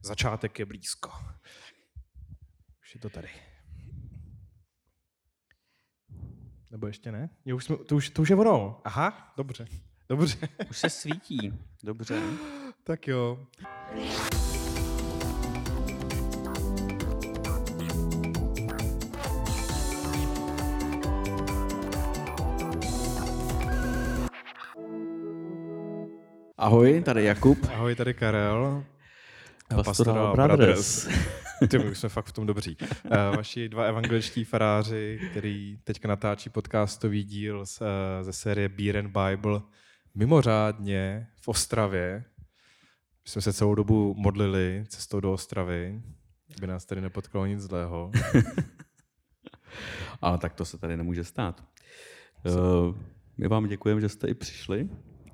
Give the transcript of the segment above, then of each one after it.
začátek je blízko. Už je to tady. Nebo ještě ne? Jo, to už je ono. Aha, dobře. Už se svítí. Dobře. Tak jo. Ahoj, tady Jakub. Ahoj, tady Karel. Pastoral Brothers. Ty, my jsme fakt v tom dobří. Vaši dva evangeličtí faráři, který teďka natáčí podcastový díl ze série Beer and Bible, mimořádně v Ostravě. My jsme se celou dobu modlili cestou do Ostravy, aby nás tady nepotkalo nic zlého. Ale tak to se tady nemůže stát. My vám děkujeme, že jste i přišli.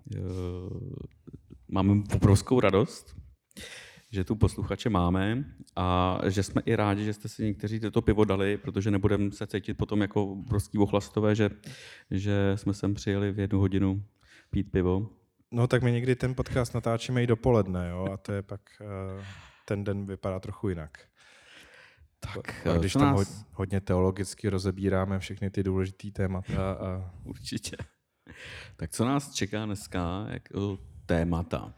Máme obrovskou radost, že tu posluchače máme a že jsme i rádi, že jste si někteří toto pivo dali, protože nebudeme se cítit potom jako obrovský ochlastové, že jsme sem přijeli v 1 hodinu pít pivo. No tak my někdy ten podcast natáčíme i dopoledne, jo, a to je pak ten den vypadá trochu jinak. Tak, a když tam hodně teologicky rozebíráme všechny ty důležitý témata. A... Určitě. Tak co nás čeká dneska, jako témata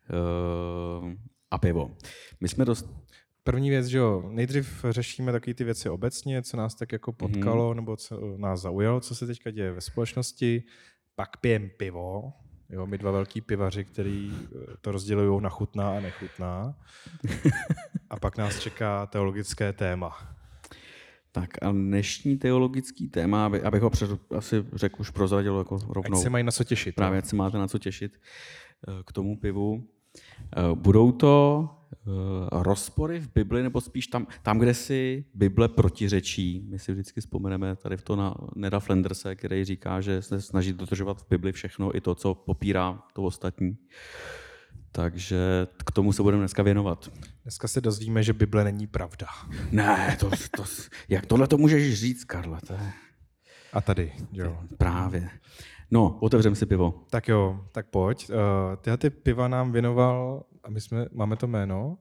a pivo. My jsme První věc, že jo, nejdřív řešíme takové ty věci obecně, co nás tak jako potkalo, nebo co nás zaujalo, co se teďka děje ve společnosti. Pak pijeme pivo, jo, my dva velký pivaři, který to rozdělují na chutná a nechutná. A pak nás čeká teologické téma. Tak a dnešní teologický téma, abych ho asi řekl, už prozradil jako rovnou. Ať se mají na co těšit. Právě ať se máte na co těšit k tomu pivu. Budou to rozpory v Bibli, nebo spíš tam, kde si Bible protiřečí. My si vždycky vzpomeneme tady to na Neda Flanderse, který říká, že se snaží dodržovat v Bibli všechno, i to, co popírá to ostatní. Takže k tomu se budeme dneska věnovat. Dneska se dozvíme, že Bible není pravda. Ne, jak tohle to můžeš říct, Karle? A tady, jo. Právě. No, otevřeme si pivo. Tak jo, tak pojď. Tyhle ty piva nám věnoval, a máme to jméno?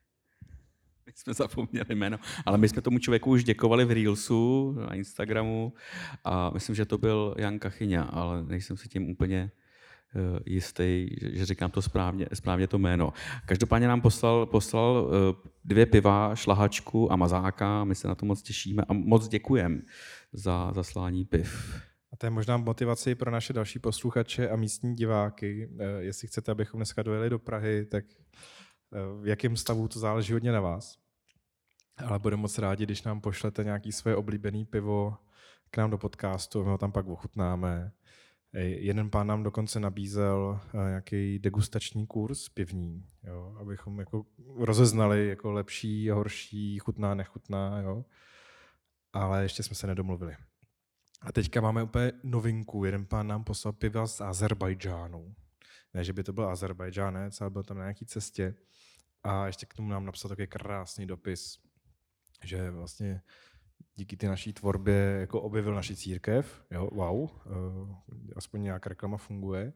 My jsme zapomněli jméno, ale my jsme tomu člověku už děkovali v Reelsu, na Instagramu a myslím, že to byl Jan Kachyňa, ale nejsem si tím úplně jistý, že říkám to správně to jméno. Každopádně nám poslal 2 piva, šlahačku a mazáka, my se na to moc těšíme a moc děkujeme za zaslání piv. A to je možná motivace pro naše další posluchače a místní diváky. Jestli chcete, abychom dneska dojeli do Prahy, tak v jakém stavu to záleží hodně na vás. Ale budeme moc rádi, když nám pošlete nějaké své oblíbené pivo k nám do podcastu, my ho tam pak ochutnáme. Jeden pán nám dokonce nabízel nějaký degustační kurz pivní, jo, abychom jako rozeznali jako lepší, horší, chutná, nechutná, jo. Ale ještě jsme se nedomluvili. A teďka máme úplně novinku. Jeden pán nám poslal piva z Azerbajdžánu. Ne, že by to byl Azerbajdžánec, ale byl tam na nějaký cestě. A ještě k tomu nám napsal takový krásný dopis, že vlastně díky té naší tvorbě jako objevil naši církev. Jo, wow, aspoň nějaká reklama funguje.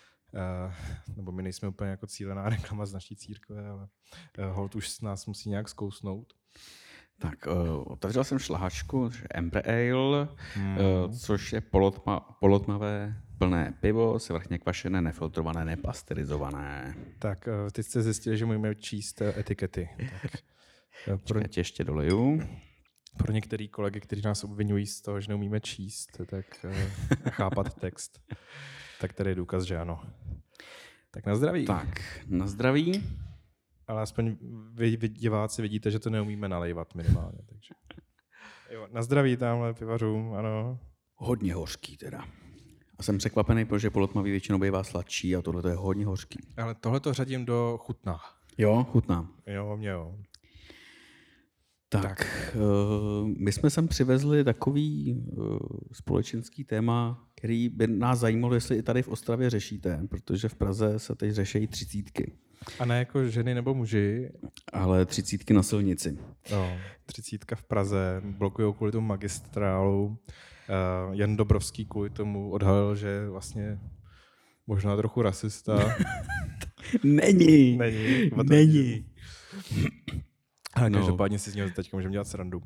Nebo my nejsme úplně jako cílená reklama z naší církve, ale holt už s nás musí nějak zkousnout. Tak, otevřel jsem šlahačku, Amber Ale, což je polotmavé plné pivo, sevrchně kvašené, nefiltrované, nepasterizované. Tak, teď jste zjistili, že můžeme číst etikety. Tak, ještě doleju. Pro některý kolegy, kteří nás obvinují z toho, že neumíme číst, tak chápat text, tak tady je důkaz, že ano. Tak na zdraví. Tak, na zdraví. Ale aspoň vy diváci vidíte, že to neumíme nalejvat minimálně. Takže. Jo, na zdraví tamhle pivařům, ano. Hodně hořký teda. A jsem překvapený, protože polotmavý většinou bývá sladší a tohle je hodně hořký. Ale tohle to řadím do chutná. Jo, chutná. Jo, mě jo. Tak. My jsme sem přivezli takový společenský téma, který by nás zajímalo, jestli i tady v Ostravě řešíte, protože v Praze se teď řeší 30. A ne jako ženy nebo muži. Ale 30 na silnici. No, 30 v Praze, blokujou kvůli tomu magistrálu. Jan Dobrovský kvůli tomu odhalil, že je vlastně možná trochu rasista. Není. Ale každopádně si z něho teď můžeme dělat srandu.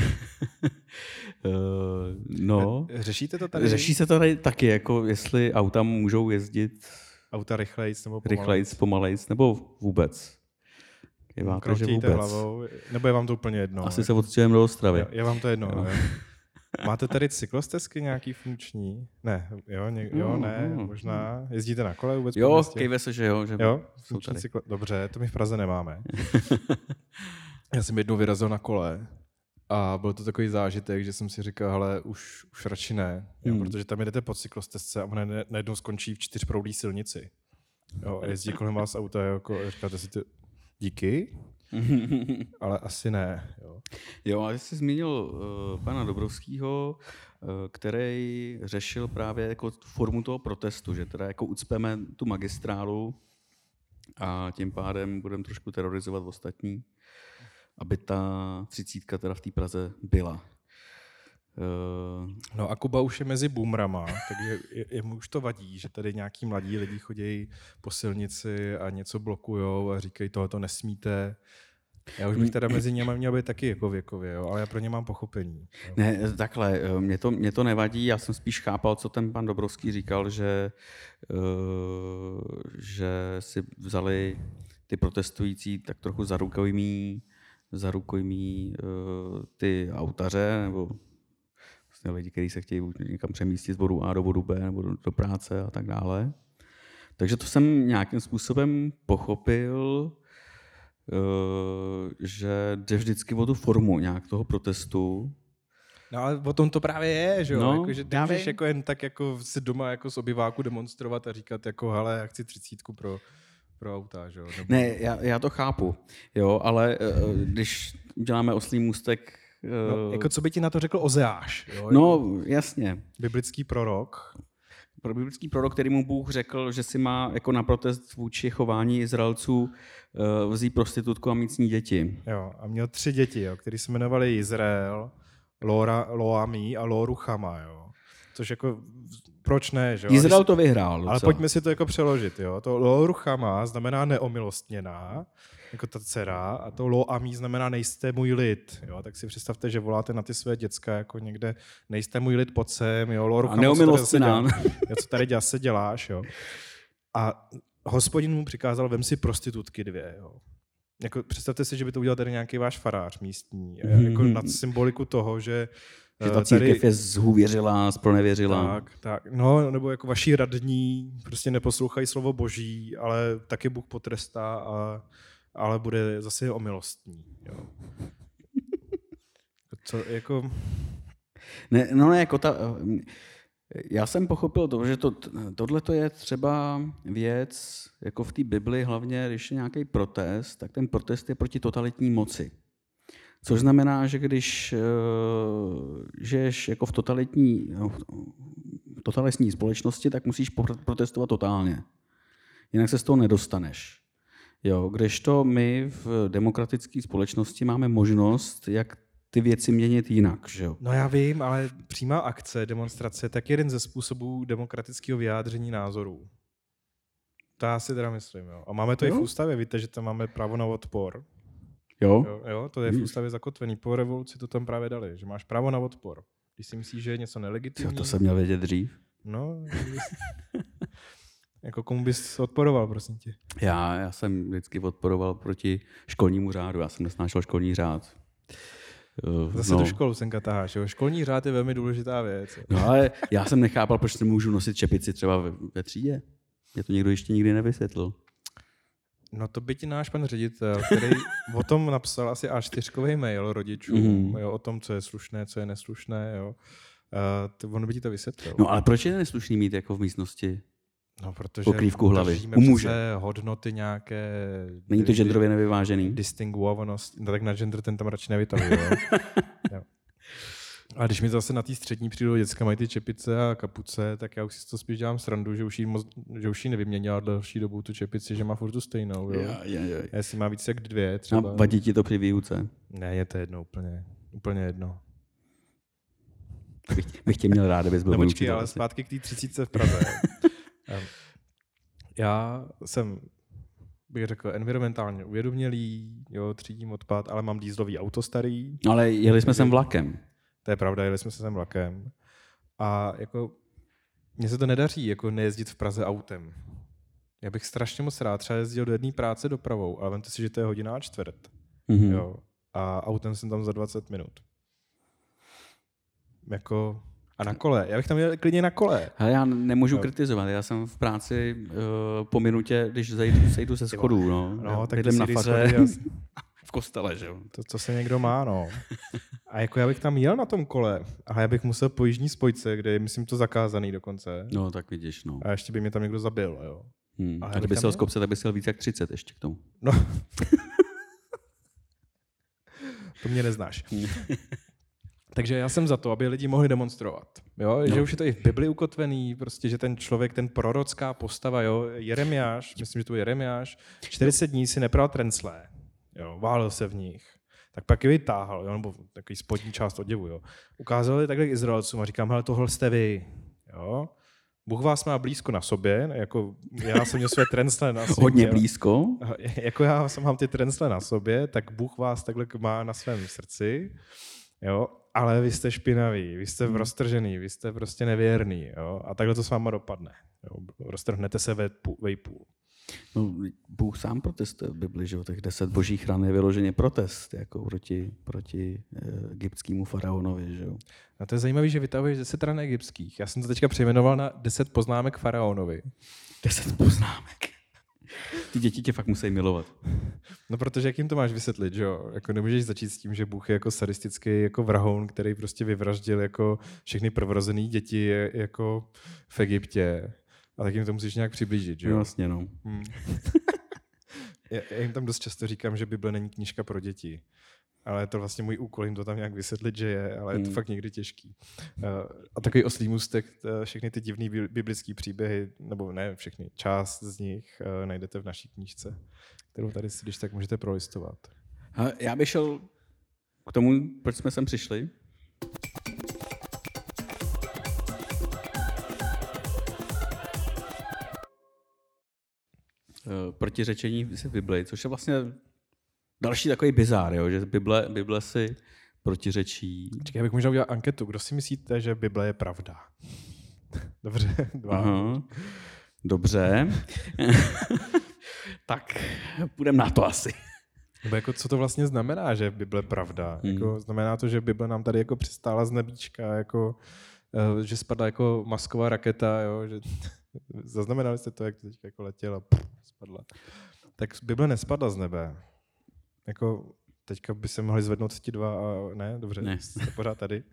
Řešíte to tady? Řeší se to tady taky, jako jestli auta můžou jezdit auta rychlejc nebo pomalejc, nebo vůbec. Kroutíte hlavou, nebo je vám to úplně jedno? Asi se odstěhujeme do Ostravy. Je vám to jedno, jo. Máte tady cyklostezky nějaký funkční? Ne, možná. Jezdíte na kole vůbec? Jo, kejve se, že jo. Že jsou tady. Dobře, to my v Praze nemáme. Já jsem jednou vyrazil na kole a byl to takový zážitek, že jsem si říkal, hele, už radši ne, jo, protože tam jedete po cyklostezce a ona najednou skončí v 4proudý silnici. Jo, a jezdí kolem vás auta, jako, říkáte si to, díky, ale asi ne. Jo, a jsi zmínil pana Dobrovského, který řešil právě jako formu toho protestu, že teda jako ucpeme tu magistrálu a tím pádem budeme trošku terorizovat ostatní, aby ta 30 teda v té Praze byla. No a Kuba už je mezi boomerama, takže jemu už to vadí, že tady nějaký mladí lidi chodí po silnici a něco blokujou a říkají, tohle nesmíte. Já už bych teda mezi němi měl být taky jako věkově, jo, ale já pro ně mám pochopení. Jo. Ne, takhle, mě to nevadí, já jsem spíš chápal, co ten pan Dobrovský říkal, že si vzali ty protestující tak trochu za rukojmí ty autaře, nebo vlastně lidi, kteří se chtějí někam přemístit z bodu A do bodu B nebo do práce a tak dále. Takže to jsem nějakým způsobem pochopil, že jde vždycky o tu formu nějak toho protestu. No ale o tom to právě je, že jo? No, jako, že ty můžeš jako jen tak jako si doma jako z obyváku demonstrovat a říkat jako hele, já chci 30 pro auta, že jo? Nebo... Ne, já to chápu, jo, ale když uděláme oslý můstek... No, jako co by ti na to řekl Ozeáš? Jo? No, jasně. Biblický prorok. Biblický prorok, který mu Bůh řekl, že si má jako na protest vůči chování Izraelců vzít prostitutku a mít s ní děti. Jo, a měl 3 děti, jo, který se jmenovali Izrael, Loami a Loruchama, jo. Což jako, proč ne, že jo? Izrael to vyhrál. Ale pojďme si to jako přeložit, jo. To Loruchama znamená neomilostněná, jako ta dcera, a to Loami znamená nejste můj lid, jo. Tak si představte, že voláte na ty své děcka jako někde nejste můj lid, pojď sem, jo. Loruchama, a neomilostněná. Co tady děláš, jo. A Hospodin mu přikázal, vem si prostitutky 2, jo. Jako, představte si, že by to udělal tady nějaký váš farář místní, jako nad symboliku toho, že ta církev je zhůvěřilá, zpronevěřilá. Tak, no, nebo jako vaši radní prostě neposlouchají slovo Boží, ale taky Bůh potrestá, ale bude zase omilostní. Jo. Co, jako... Ne, jako já jsem pochopil to, že tohle je třeba věc, jako v té Bibli, hlavně když je nějaký protest, tak ten protest je proti totalitní moci. Což znamená, že když žiješ jako v totalitní společnosti, tak musíš protestovat totálně. Jinak se z toho nedostaneš. Jo, kdežto my v demokratické společnosti máme možnost, jak ty věci měnit jinak, že jo? No já vím, ale přímá akce, demonstrace, tak jeden ze způsobů demokratického vyjádření názorů. To já si teda myslím, jo. A máme to i v ústavě, víte, že tam máme právo na odpor. Jo, to je v ústavě zakotvený. Po revoluci to tam právě dali, že máš právo na odpor. Když si myslíš, že je něco nelegitimní. To jsem měl vědět dřív. No, jako komu bys odporoval, prosím tě? Já jsem vždycky odporoval proti školnímu řádu. Já jsem nesnášel školní řád. Zase do školu sem taháš, jo? Školní řád je velmi důležitá věc. No ale já jsem nechápal, proč nemůžu nosit čepici třeba ve třídě. Mě to někdo ještě nikdy nevysvětlil. No to by ti náš pan ředitel, který o tom napsal asi A4 mail rodičům, jo, o tom, co je slušné, co je neslušné. Jo. On by ti to vysvětlil. No ale proč je neslušný mít jako v místnosti? No, protože pokrývku hlavy. U muže. Hodnoty nějaké... Není to genderově nevyvážený? Distinguovanost. No, tak na gender ten tam radši nevytahuje. Jo. A když mi zase na té střední přijdou děcka, mají ty čepice a kapuce, tak já už si to spíš dělám srandu, že už jí nevyměnila další dobu tu čepici, že má furt tu stejnou. Jo. Jestli má víc jak 2 třeba. A vadí ti to při výuce? Ne, je to jedno úplně jedno. Bych tě měl rád, abys byl můj učitel. Ale zpátky k té 30 v Praze. Já jsem bych řekl, environmentálně uvědomělý, jo, třídím odpad, ale mám dieselový auto starý. Ale jeli jsme sem vlakem. To je pravda, jeli jsme se sem vlakem. A jako mně se to nedaří, jako nejezdit v Praze autem. Já bych strašně moc rád třeba jezdil do jedné práce dopravou, ale vemte si, že to je 1.15 hodin. Mm-hmm. Jo. A autem jsem tam za 20 minut. Jako, a na kole. Já bych tam jel klidně na kole. Ale já nemůžu kritizovat. Já jsem v práci po minutě, když sejdu ze schodů. No, tak jdem na si faře v kostele, že jo. To, co se někdo má, no. A jako já bych tam jel na tom kole, a já bych musel po jižní spojce, kde je, myslím, to zakázaný dokonce. No, tak vidíš, no. A ještě by mě tam někdo zabil, jo. A kdyby jel z kopce, tak by jel víc jak 30 ještě k tomu. No. To mě neznáš. Takže já jsem za to, aby lidi mohli demonstrovat. Jo? No. Že už je to i v Bibli ukotvený, prostě, že ten člověk, ten prorocká postava, jo? Jeremiáš, myslím, že to je Jeremiáš, 40 dní si nepral trencle, jo? Válel se v nich. Tak pak je vytáhl, jo? Nebo takový spodní část oděvu. Jo? Ukázali takhle Izraelcům a říkám, hele, tohle jste vy. Jo? Bůh vás má blízko na sobě, jako já jsem měl své trencle na sobě. Hodně blízko. Jako já jsem mám ty trencle na sobě, tak Bůh vás takhle má na svém srdci. Jo? Ale vy jste špinaví, vy jste roztržený, vy jste prostě nevěrný. Jo? A takhle to s váma dopadne. Jo? Roztrhnete se vejpůl. No, Bůh sám protestuje v Bibli, že těch 10 božích ran je vyloženě protest jako proti egyptskému faraonovi. Že jo? No to je zajímavé, že vytahuješ 10 ran egyptských. Já jsem to teďka přejmenoval na 10 poznámek faraonovi. 10 poznámek. Ty děti tě fakt musí milovat. No protože jak jim to máš vysvětlit, že jo? Jako nemůžeš začít s tím, že Bůh je jako sadistický jako vrahoun, který prostě vyvraždil jako všechny prvorozený děti jako v Egyptě. A tak jim to musíš nějak přiblížit, že jo? Vlastně, no. Já jim tam dost často říkám, že Bible není knížka pro děti. Ale je to vlastně můj úkol jim to tam nějak vysvětlit, že je, ale je to fakt někdy těžký. A takový oslý můstek, všechny ty divný biblické příběhy, nebo ne všechny, část z nich najdete v naší knížce, kterou tady si, když tak můžete prolistovat. Já bych šel k tomu, proč jsme sem přišli. Protiřečení v Bibli, což je vlastně další takový bizár, jo, že Bible si protiřečí. Čekaj, já bych možná udělal anketu. Kdo si myslíte, že Bible je pravda? Dobře, 2. Aha. Dobře. Tak půjdeme na to asi. Nebo jako, co to vlastně znamená, že Bible je pravda? Jako, znamená to, že Bible nám tady jako přistála z nebíčka, jako, že spadla jako masková raketa, jo? Že, zaznamenali jste to, jak to teď jako letěla, spadla. Tak Bible nespadla z nebe. Jako, teďka by se mohli zvednout ti dva a ne, dobře, ne. Jste pořád tady.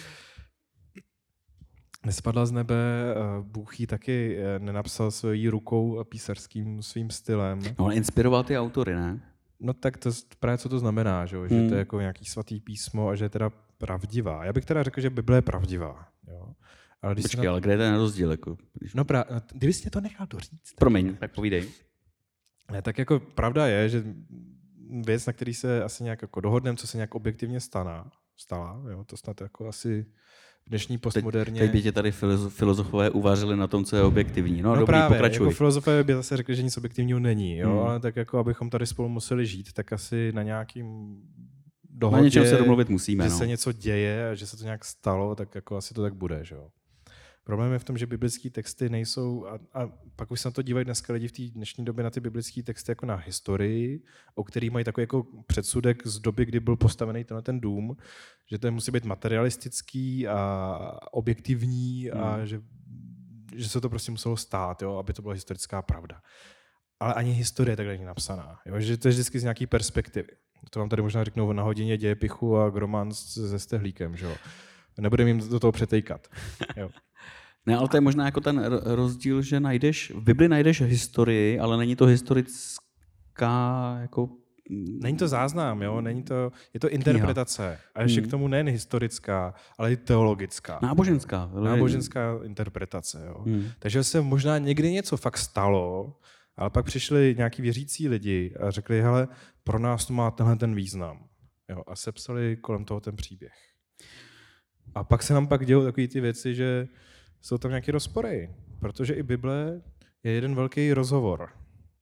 Nespadla z nebe, Bůh ji taky nenapsal svojí rukou a písařským svým stylem. No, on inspiroval ty autory, ne? No tak to právě co to znamená, že to je jako nějaký svatý písmo a že je teda pravdivá. Já bych teda řekl, že Bible je pravdivá. Jo. Ale když Počkej, ale kde je ten rozdíl? Jako, když... No kdyby jsi mě to nechal doříct. Promiň, tak povídej. Ne, tak jako pravda je, že věc, na který se asi nějak jako dohodneme, co se nějak objektivně stala, jo, to snad jako asi v dnešní postmoderně... Teď by tě tady filozofové uvařili na tom, co je objektivní. No dobrý, právě, pokračuj. Jako filozofové by zase řekli, že nic objektivního není, jo, ale tak jako abychom tady spolu museli žít, tak asi na nějakým dohodě, na něčem se domluvit musíme, že se něco děje a že se to nějak stalo, tak jako asi to tak bude, že jo. Problém je v tom, že biblické texty nejsou, a pak už se na to dívají dneska lidi v té dnešní době na ty biblické texty jako na historii, o kterých mají takový jako předsudek z doby, kdy byl postavený ten dům, že to musí být materialistický a objektivní a že se to prostě muselo stát, jo, aby to byla historická pravda. Ale ani historie takhle není napsaná, jo, že to je vždycky z nějaký perspektivy. To vám tady možná řeknou na hodině dějepichu a gromans se Stehlíkem, že jo. Nebudeme jim do toho přetejkat. Jo. Ne, ale to je možná jako ten rozdíl, že v Bibli najdeš historii, ale není to historická jako... Není to záznam, jo? Je to interpretace. A ještě k tomu nejen historická, ale i teologická. Náboženská interpretace. Jo? Takže se možná někdy něco fakt stalo, ale pak přišli nějaký věřící lidi a řekli, hele, pro nás to má tenhle ten význam. Jo? A sepsali kolem toho ten příběh. A pak se nám dějou takové ty věci, že jsou tam nějaké rozpory, protože i Bible je jeden velký rozhovor.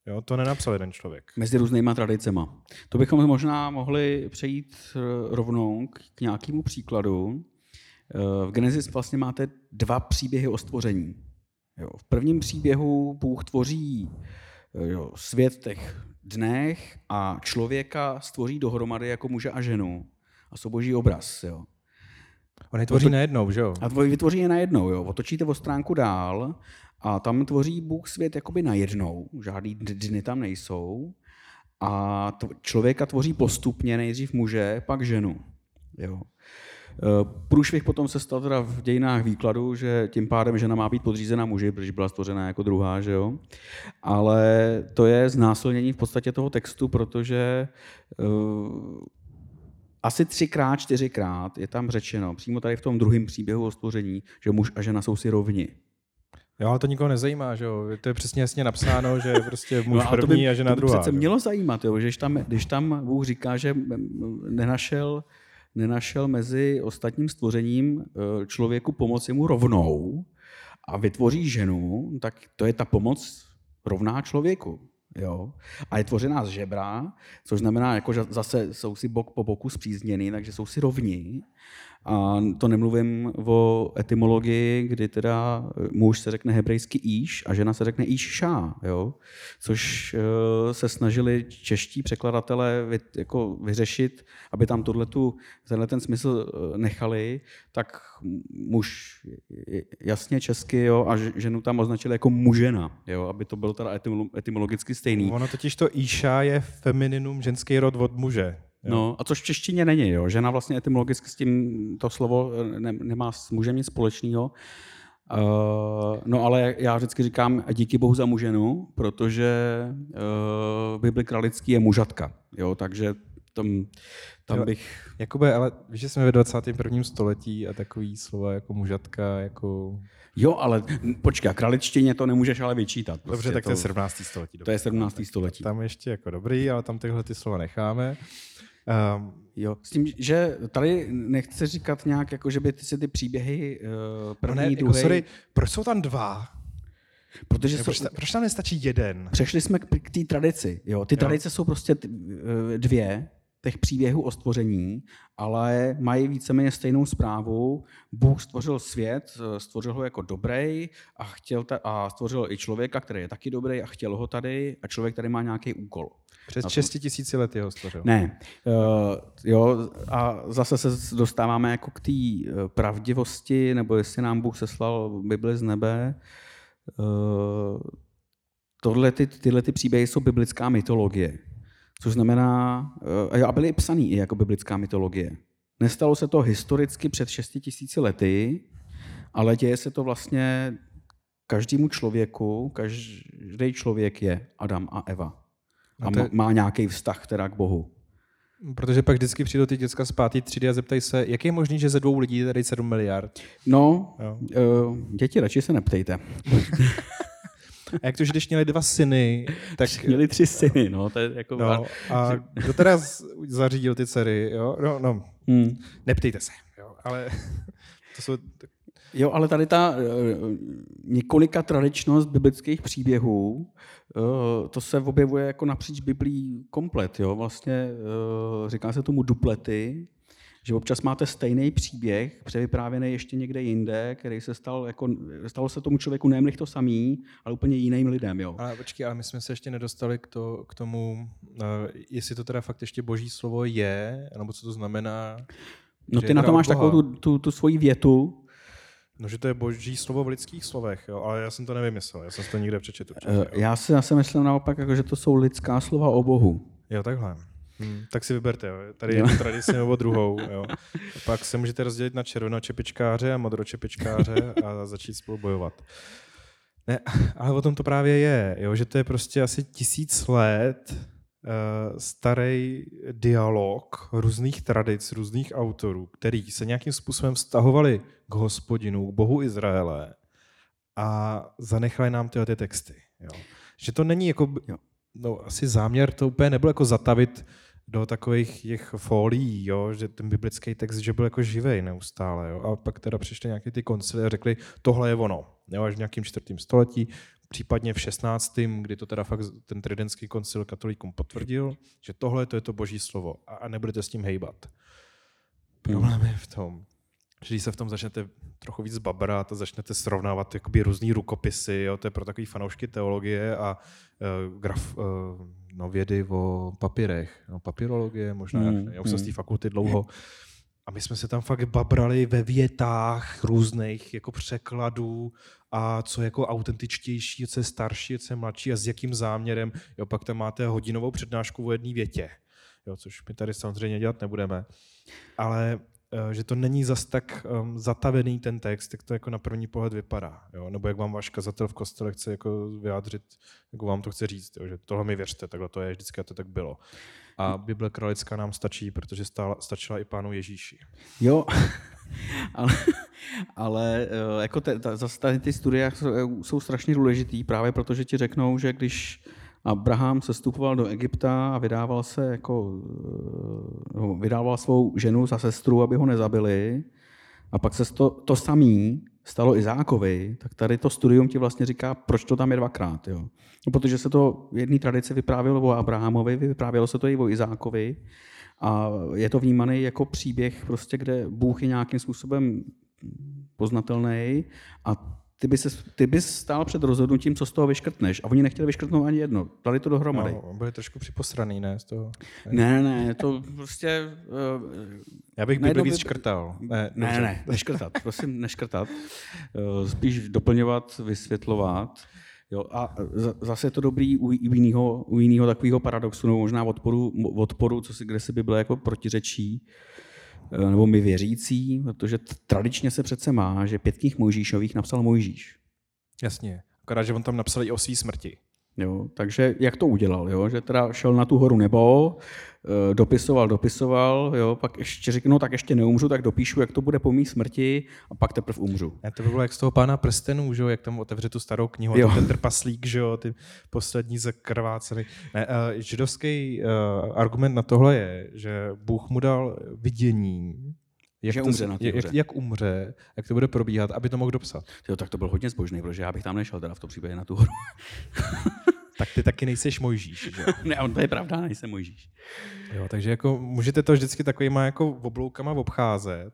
Jo? To nenapsal jeden člověk. Mezi různýma tradicema. To bychom možná mohli přejít rovnou k nějakému příkladu. V Genesis vlastně máte 2 příběhy o stvoření. Jo. V prvním příběhu Bůh tvoří svět v těch dnech a člověka stvoří dohromady jako muže a ženu. A jsou boží obraz. Jo. On je tvoří najednou, že jo? A vytvoří je najednou. Jo. Otočíte o stránku dál a tam tvoří Bůh svět jakoby najednou. Žádný dny tam nejsou. A člověka tvoří postupně, nejdřív muže, pak ženu. Jo. Průšvih potom se stal teda v dějinách výkladu, že tím pádem žena má být podřízena muži, protože byla stvořena jako druhá, že jo. Ale to je znásilnění v podstatě toho textu, protože asi 3x, 4x je tam řečeno, přímo tady v tom druhém příběhu o stvoření, že muž a žena jsou si rovni. Jo, ale to nikoho nezajímá, že jo? To je přesně jasně napsáno, že prostě muž první a žena druhá. To by přece mělo zajímat, jo? Že když tam Bůh říká, že nenašel mezi ostatním stvořením člověku pomoc jemu rovnou a vytvoří ženu, tak to je ta pomoc rovná člověku. Jo? A je tvořená z žebra, což znamená, jako, že zase jsou si bok po boku spřízněný, takže jsou si rovní. A to nemluvím o etymologii, kdy teda muž se řekne hebrejsky íš a žena se řekne íšá, jo? Což se snažili čeští překladatelé jako vyřešit, aby tam tenhle ten smysl nechali, tak muž jasně česky, jo, a ženu tam označili jako mužena, jo, aby to bylo teda etymologicky stejný. Ono totiž to íša je femininum, ženský rod od muže. Jo. No, a což v češtině není. Jo. Žena vlastně etymologicky s tím to slovo nemá s mužem nic společného. No ale já vždycky říkám díky Bohu za muženu, protože v Bibli Kralický je mužatka. Jo, takže tam bych... Jakube, ale víš, že jsme ve 21. století a takový slova jako mužatka, jako... Jo, ale počkej, kraličtině to nemůžeš ale vyčítat. Prostě dobře, tak to je 17. století. To je 17. století. Tam ještě jako dobrý, ale tam tyhle ty slova necháme. Jo, s tím, že tady nechci říkat nějak, jako že by ty příběhy první, druhý... Jako, sorry, proč jsou tam 2? Protože proč tam nestačí 1? Přešli jsme k té tradici. Jo. Ty tradice jsou prostě 2 těch příběhů o stvoření, ale mají víceméně stejnou zprávu. Bůh stvořil svět, stvořil ho jako dobrý a stvořil i člověka, který je taky dobrý a chtěl ho tady a člověk tady má nějaký úkol. Přes 6 000 let ho stvořil. Ne. Jo, a zase se dostáváme jako k té pravdivosti, nebo jestli nám Bůh seslal Bibli z nebe. Tyhle příběhy jsou biblická mytologie. Což znamená, a byly i psaný i jako biblická mytologie. Nestalo se to historicky před 6 000 lety, ale děje se to vlastně každému člověku, každý člověk je Adam a Eva. A má nějaký vztah teda k Bohu. Protože pak vždycky přijdou ty děcka z 5. třídy a zeptají se, jak je možný, že ze 2 lidí je tady 7 miliard? No, děti, radši se neptejte. A jak to, že když měli 2 syny, tak... Měli 3 syny, no. To je jako... No, a kdo teda zařídil ty dcery, jo? No. Neptejte se, jo, ale to jsou... Jo, ale tady ta několika tradičnost biblických příběhů, to se objevuje jako napříč Biblí komplet, jo. Vlastně říká se tomu duplety, že občas máte stejný příběh, převyprávěný ještě někde jinde, který se stalo se tomu člověku nejen to samý, ale úplně jiným lidem. Jo. Ale počkej, ale my jsme se ještě nedostali k tomu, jestli to teda fakt ještě boží slovo je, nebo co to znamená. No ty na to máš takovou tu svoji větu. No, že to je boží slovo v lidských slovech, jo, ale já jsem to nevymyslel, já jsem to někde přečetl. Já si zase myslím naopak, jako, že to jsou lidská slova o Bohu. Jo, takhle. Tak si vyberte, jo. Tady jednu tradici nebo druhou. Jo. Pak se můžete rozdělit na červenočepičkáře a modročepičkáře a začít spolu bojovat. Ne, ale o tom to právě je, jo, že to je prostě asi 1000 let starý dialog různých tradic, různých autorů, který se nějakým způsobem vztahovali k Hospodinu, k Bohu Izraele a zanechali nám tyhle texty. Jo. Že to není jako... No, asi záměr to úplně nebyl jako zatavit do takových těch fólií, jo, že ten biblický text, že byl jako živej neustále. Jo. A pak teda přišly nějaké ty koncily a řekli, tohle je ono. Jo, až v nějakém 4. století, případně v 16., kdy to teda fakt ten tridentský koncil katolíkům potvrdil, že tohle to je to boží slovo a nebudete s tím hejbat. Problém je v tom, že když se v tom začnete trochu víc babrat a začnete srovnávat jakoby různý rukopisy, jo, to je pro takový fanoušky teologie a vědy o papírech, no, papírologie možná, já už jsem z té fakulty dlouho. A my jsme se tam fakt babrali ve větách různých jako překladů a co je jako autentičtější, co je starší, co je mladší a s jakým záměrem. Jo, pak tam máte hodinovou přednášku o jedné větě, jo, což my tady samozřejmě dělat nebudeme. Ale že to není zas tak zatavený ten text, jak to jako na první pohled vypadá. Jo? Nebo jak vám váš kazatel v kostele chce jako vyjádřit, jako vám to chce říct, jo? Že tohle mi věřte, takhle to je, vždycky to tak bylo. A Bible kralická nám stačí, protože stačila i Pánu Ježíši. Jo, ale jako zase tady ty studie jsou strašně důležitý právě protože ti řeknou, že když Abraham sestupoval do Egypta a vydával svou ženu za sestru, aby ho nezabili, a pak se to samý stalo Izákovi, tak tady to studium ti vlastně říká, proč to tam je dvakrát. Jo? No, protože se to v jedné tradici vyprávělo o Abrahamovi, vyprávělo se to i o Izákovi a je to vnímaný jako příběh, prostě, kde Bůh je nějakým způsobem poznatelný a ty bys stál před rozhodnutím, co z toho vyškrtneš. A oni nechtěli vyškrtnout ani jedno. Dali to dohromady. No, byli trošku připosraný, ne? Z toho. Ne, to prostě... Já bych Bibli víc škrtal. Ne, neškrtat. Prosím, neškrtat. Spíš doplňovat, vysvětlovat. Jo, a zase je to dobrý u jiného takového paradoxu, nebo možná odporu, kde si Bible jako protiřečí, nebo my věřící, protože tradičně se přece má, že 5 knih Mojžíšových napsal Mojžíš. Jasně, akorát, že on tam napsal i o svý smrti. Jo, takže jak to udělal? Jo? Že teda šel na tu horu nebo, dopisoval, jo? Pak ještě řekl, no tak ještě neumřu, tak dopíšu, jak to bude po mý smrti a pak teprve umřu. Ne, to by bylo jak z toho Pána prstenů, že? Jak tam otevře tu starou knihu, a ten trpaslík, že? Ty poslední zakrvácený. Ne, židovský argument na tohle je, že Bůh mu dal vidění, jak umře, jak to bude probíhat, aby to mohl dopsat. Jo, tak to byl hodně zbožný, protože já bych tam nešel teda v tom případě na tu horu. Tak ty taky nejseš Mojžíš, že? Ne, on to je pravda, nejsem Mojžíš. Jo, takže jako můžete to vždycky takovýma jako obloukama obcházet.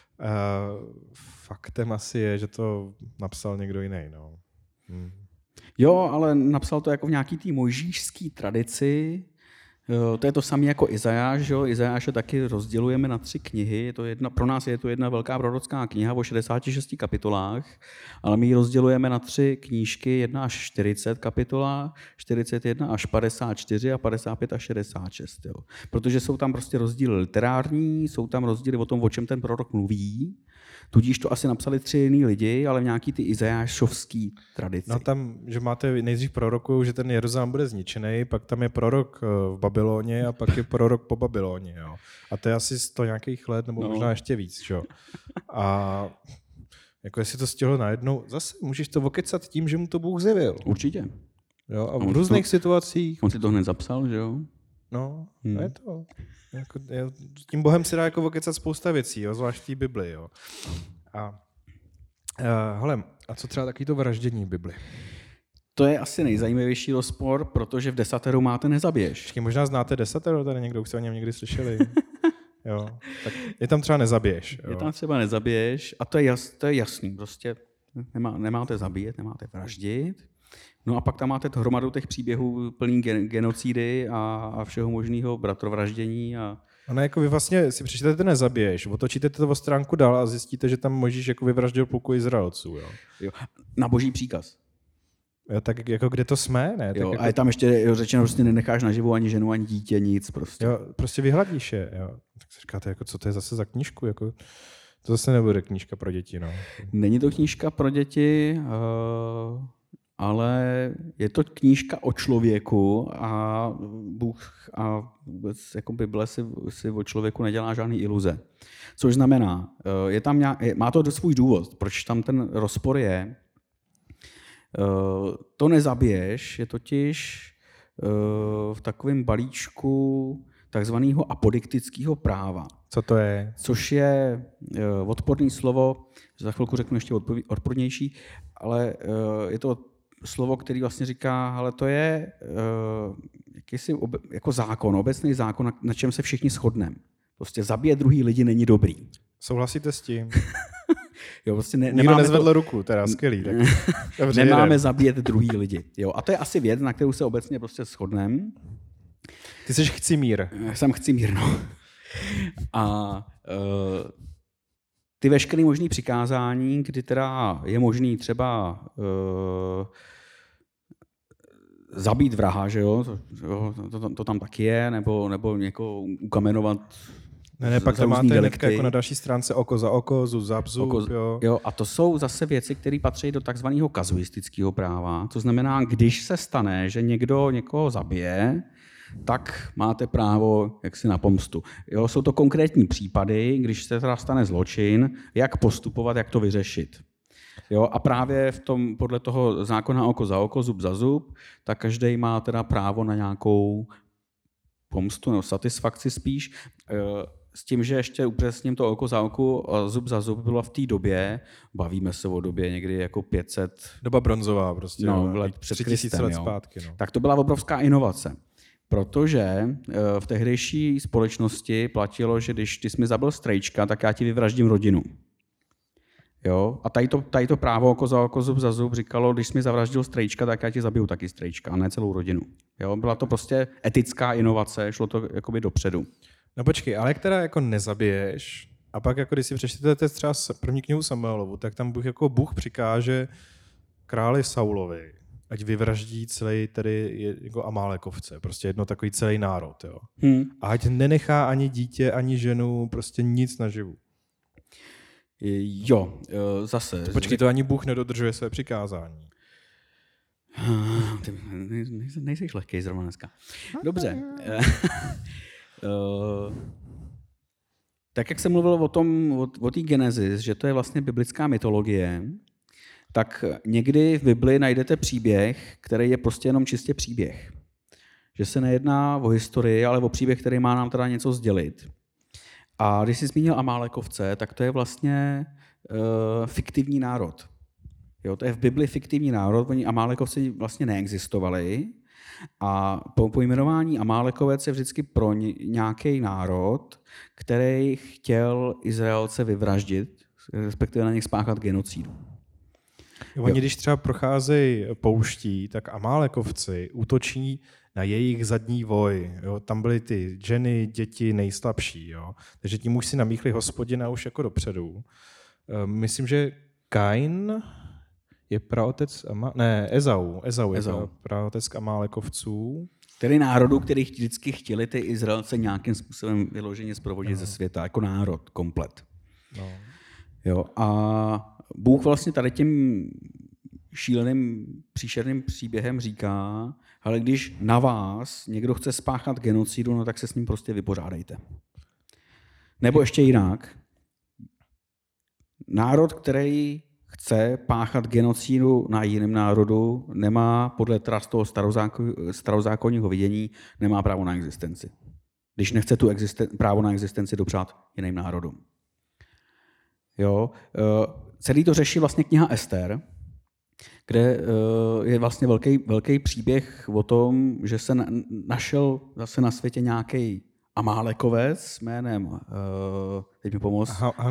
Faktem asi je, že to napsal někdo jiný, no. Jo, ale napsal to jako v nějaký té mojžíšské tradici. To je to samé jako Izajáš, že? Izajáše taky rozdělujeme na 3 knihy. Pro nás je to jedna velká prorocká kniha o 66 kapitolách, ale my ji rozdělujeme na 3 knížky, 1 až 40 kapitola, 41 až 54 a 55 až 66. Jo? Protože jsou tam prostě rozdíly literární, jsou tam rozdíly o tom, o čem ten prorok mluví. Tudíž to asi napsali 3 jiný lidi, ale v nějaký ty izajášovský tradici. No tam, že máte nejdřív proroku, že ten Jeruzalém bude zničený, pak tam je prorok v Babyloně a pak je prorok po Babyloně. Jo. A to je asi 100 nějakých let, nebo možná ještě víc. Jo. A jako jestli to stihlo najednou, zase můžeš to okecat tím, že mu to Bůh zjevil. Určitě. Jo, a v různých situacích. On si to hned zapsal, že jo? No, je to. Jako, tím Bohem se dá jako okecat spousta věcí, jo, zvlášť v té Bibli. Jo. Hele, a co třeba takový to vraždění v Bibli? To je asi nejzajímavější rozpor, protože v Desateru máte nezabiješ. Možná znáte Desatero, tady někdo už jste o něm někdy slyšeli. Jo, tak je tam třeba nezabiješ. Jo. Je tam třeba nezabiješ a to je jasný. Prostě nemáte zabíjet, nemáte vraždit. No a pak tam máte hromadu těch příběhů plný genocidy a všeho možného bratrovraždění. No jako vy vlastně si přečtete nezabiješ, otočíte to o stránku dál a zjistíte, že tam Mojžíš jako vyvraždil půlku Izraelců. Jo. Na boží příkaz. Jo, tak jako kde to jsme, ne? Tak jo, jako... A je tam ještě řečeno, prostě nenecháš naživu ani ženu, ani dítě, nic prostě. Jo, prostě vyhladíš je. Jo. Tak si říkáte, jako, co to je zase za knížku? Jako, to zase nebude knížka pro děti. No. Není to knížka pro děti, ale je to knížka o člověku a Bůh a vůbec jako Bible si o člověku nedělá žádný iluze. Což znamená, má to svůj důvod, proč tam ten rozpor je. To nezabiješ je totiž v takovém balíčku takzvaného apodiktického práva. Co to je? Což je odporné slovo, za chvilku řeknu ještě odpornější, ale je to slovo, který vlastně říká, ale to je jakýsi jako zákon, obecný zákon, na čem se všichni shodneme. Prostě zabíjet druhý lidi není dobrý. Souhlasíte s tím? Jo, prostě Nikdo nezvedl ruku, teda skvělý. Tak dobře, nemáme zabíjet druhý lidi. Jo, a to je asi věc, na kterou se obecně prostě shodneme. Ty jsi chcimír. Jsem chcimír, no. A ty veškeré možné přikázání, kdy teda je možný třeba zabít vraha, že jo? To tam taky je, nebo někoho ukamenovat. Ne, pak to máte hnedka jako na další stránce oko za oko, zub za zub. Jo, a to jsou zase věci, které patří do takzvaného kazuistického práva. To znamená, když se stane, že někdo někoho zabije, tak máte právo jaksi na pomstu. Jo, jsou to konkrétní případy, když se teda stane zločin, jak postupovat, jak to vyřešit. Jo, a právě podle toho zákona oko za oko, zub za zub, tak každý má teda právo na nějakou pomstu nebo satisfakci spíš. S tím, že ještě upřesním to oko za oko a zub za zub bylo v té době, bavíme se o době někdy jako 500... Doba bronzová prostě. No, let před 3000 let zpátky. No. Tak to byla obrovská inovace. Protože v tehdejší společnosti platilo, že když ty jsi mi zabil strejčka, tak já ti vyvraždím rodinu. Jo? A tady to právo oko za oko, zub za zub říkalo, když jsi mi zavraždil strejčka, tak já ti zabiju taky strejčka, a ne celou rodinu. Jo? Byla to prostě etická inovace, šlo to jakoby dopředu. No počkej, ale jak teda jako nezabiješ, a pak jako když si přečtete třeba první knihu Samuelovu, tak tam Bůh přikáže králi Saulovi, ať vyvraždí celý tedy jako Amálekovce, prostě jedno takový celý národ. Jo? A ať nenechá ani dítě, ani ženu, prostě nic naživu. Jo, zase. Počkej, to ani Bůh nedodržuje své přikázání. Ty nejseš lehkej zrovna dneska. Dobře. Tak jak jsem mluvil o té Genesis, že to je vlastně biblická mytologie, tak někdy v Bibli najdete příběh, který je prostě jenom čistě příběh. Že se nejedná o historii, ale o příběh, který má nám teda něco sdělit. A když jsi zmínil Amálekovce, tak to je vlastně fiktivní národ. Jo, to je v Bibli fiktivní národ, oni Amálekovci vlastně neexistovali. A po pojmenování Amálekovec je vždycky pro nějaký národ, který chtěl Izraelce vyvraždit, respektive na nich spáchat genocidu. Oni, když třeba procházejí pouští, tak Amálekovci útočí na jejich zadní voj. Jo? Tam byly ty ženy, děti nejslabší. Jo? Takže tím už si namíchli Hospodina už jako dopředu. Myslím, že Kain je praotec, Ezau je praotec Amálekovců. Tedy národů, který vždycky chtěli ty Izraelce nějakým způsobem vyloženě zprovodit ze světa, jako národ komplet. No. Jo, a Bůh vlastně tady tím šíleným, příšerným příběhem říká, ale když na vás někdo chce spáchat genocidu, no tak se s ním prostě vypořádejte. Nebo ještě jinak. Národ, který chce páchat genocidu na jiném národu, nemá podle toho starozákonního vidění, nemá právo na existenci. Když nechce tu právo na existenci dopřát jiným národům. Jo? Celý to řeší vlastně kniha Ester, kde je vlastně velký příběh o tom, že se našel zase na světě nějaký Amálekovec jménem, teď mi pomoct,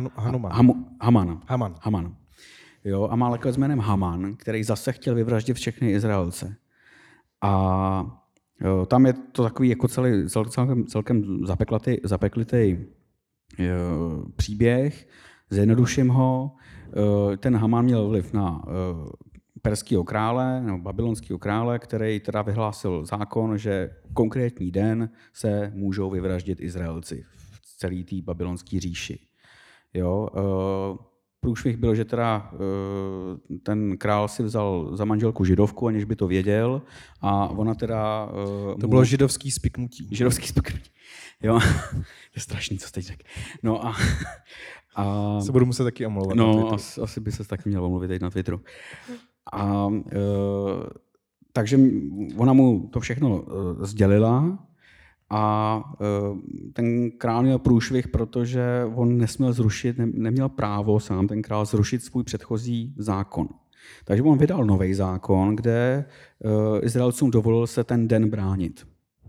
Haman. Jo, Amálekovec jménem Haman, který zase chtěl vyvraždit všechny Izraelce. A jo, tam je to takový jako celkem zapeklitý příběh. Zjednoduším ho. Ten Haman měl vliv na perského krále, nebo babylonského krále, který teda vyhlásil zákon, že konkrétní den se můžou vyvraždit Izraelci v celé té babylonské říši. Jo, průšvih byl, že teda ten král si vzal za manželku Židovku, aniž by to věděl, a ona teda... To bylo židovský spiknutí. Židovský spiknutí. Jo, to je strašný, co jsi teď řekl. No a se budu muset taky omlouvat. No, asi by se taky měl omluvit teď na Twitteru. Takže ona mu to všechno sdělila a ten král měl průšvih, protože on nesměl zrušit, neměl právo sám ten král zrušit svůj předchozí zákon. Takže on vydal nový zákon, kde Izraelcům dovolil se ten den bránit.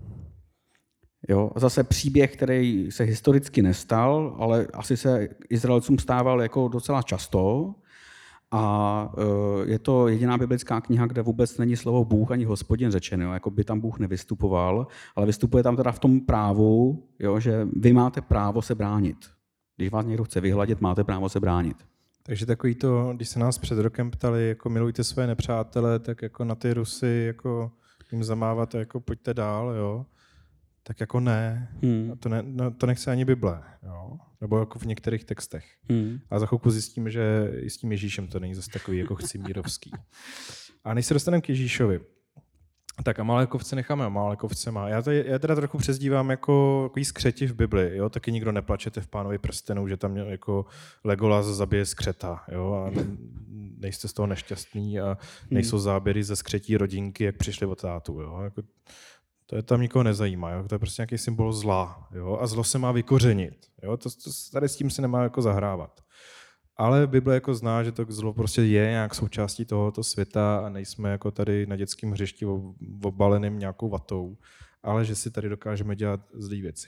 Jo? A zase příběh, který se historicky nestal, ale asi se Izraelcům stával jako docela často. A je to jediná biblická kniha, kde vůbec není slovo Bůh ani Hospodin řečeno, jako by tam Bůh nevystupoval, ale vystupuje tam teda v tom právu, jo, že vy máte právo se bránit. Když vás někdo chce vyhladit, máte právo se bránit. Takže takový to, když se nás před rokem ptali, jako milujte své nepřátele, tak jako na ty Rusy jako jim zamávat, jako pojďte dál, jo. Tak jako ne. To nechce ani Bible, jo. Nebo jako v některých textech. A za chvilku zjistíme, že i s tím Ježíšem to není zase takový jako chcimírovský. A než se dostaneme k Ježíšovi, tak Amalekovce necháme Amalekovcema. Já teda trochu přezdívám jako skřeti v Bibli. Jo? Taky nikdo neplačete v Pánovi prstenu, že tam jako Legolas zabije skřeta. Jo? A nejste z toho nešťastný a nejsou záběry ze skřetí rodinky, jak přišli od tátu. Jo? Jako, to je tam nikoho nezajímá. Jo? To je prostě nějaký symbol zla. Jo? A zlo se má vykořenit. Jo? Tady s tím se nemá jako zahrávat. Ale Bible jako zná, že to zlo prostě je nějak součástí tohoto světa a nejsme jako tady na dětském hřišti obaleným nějakou vatou, ale že si tady dokážeme dělat zlý věci.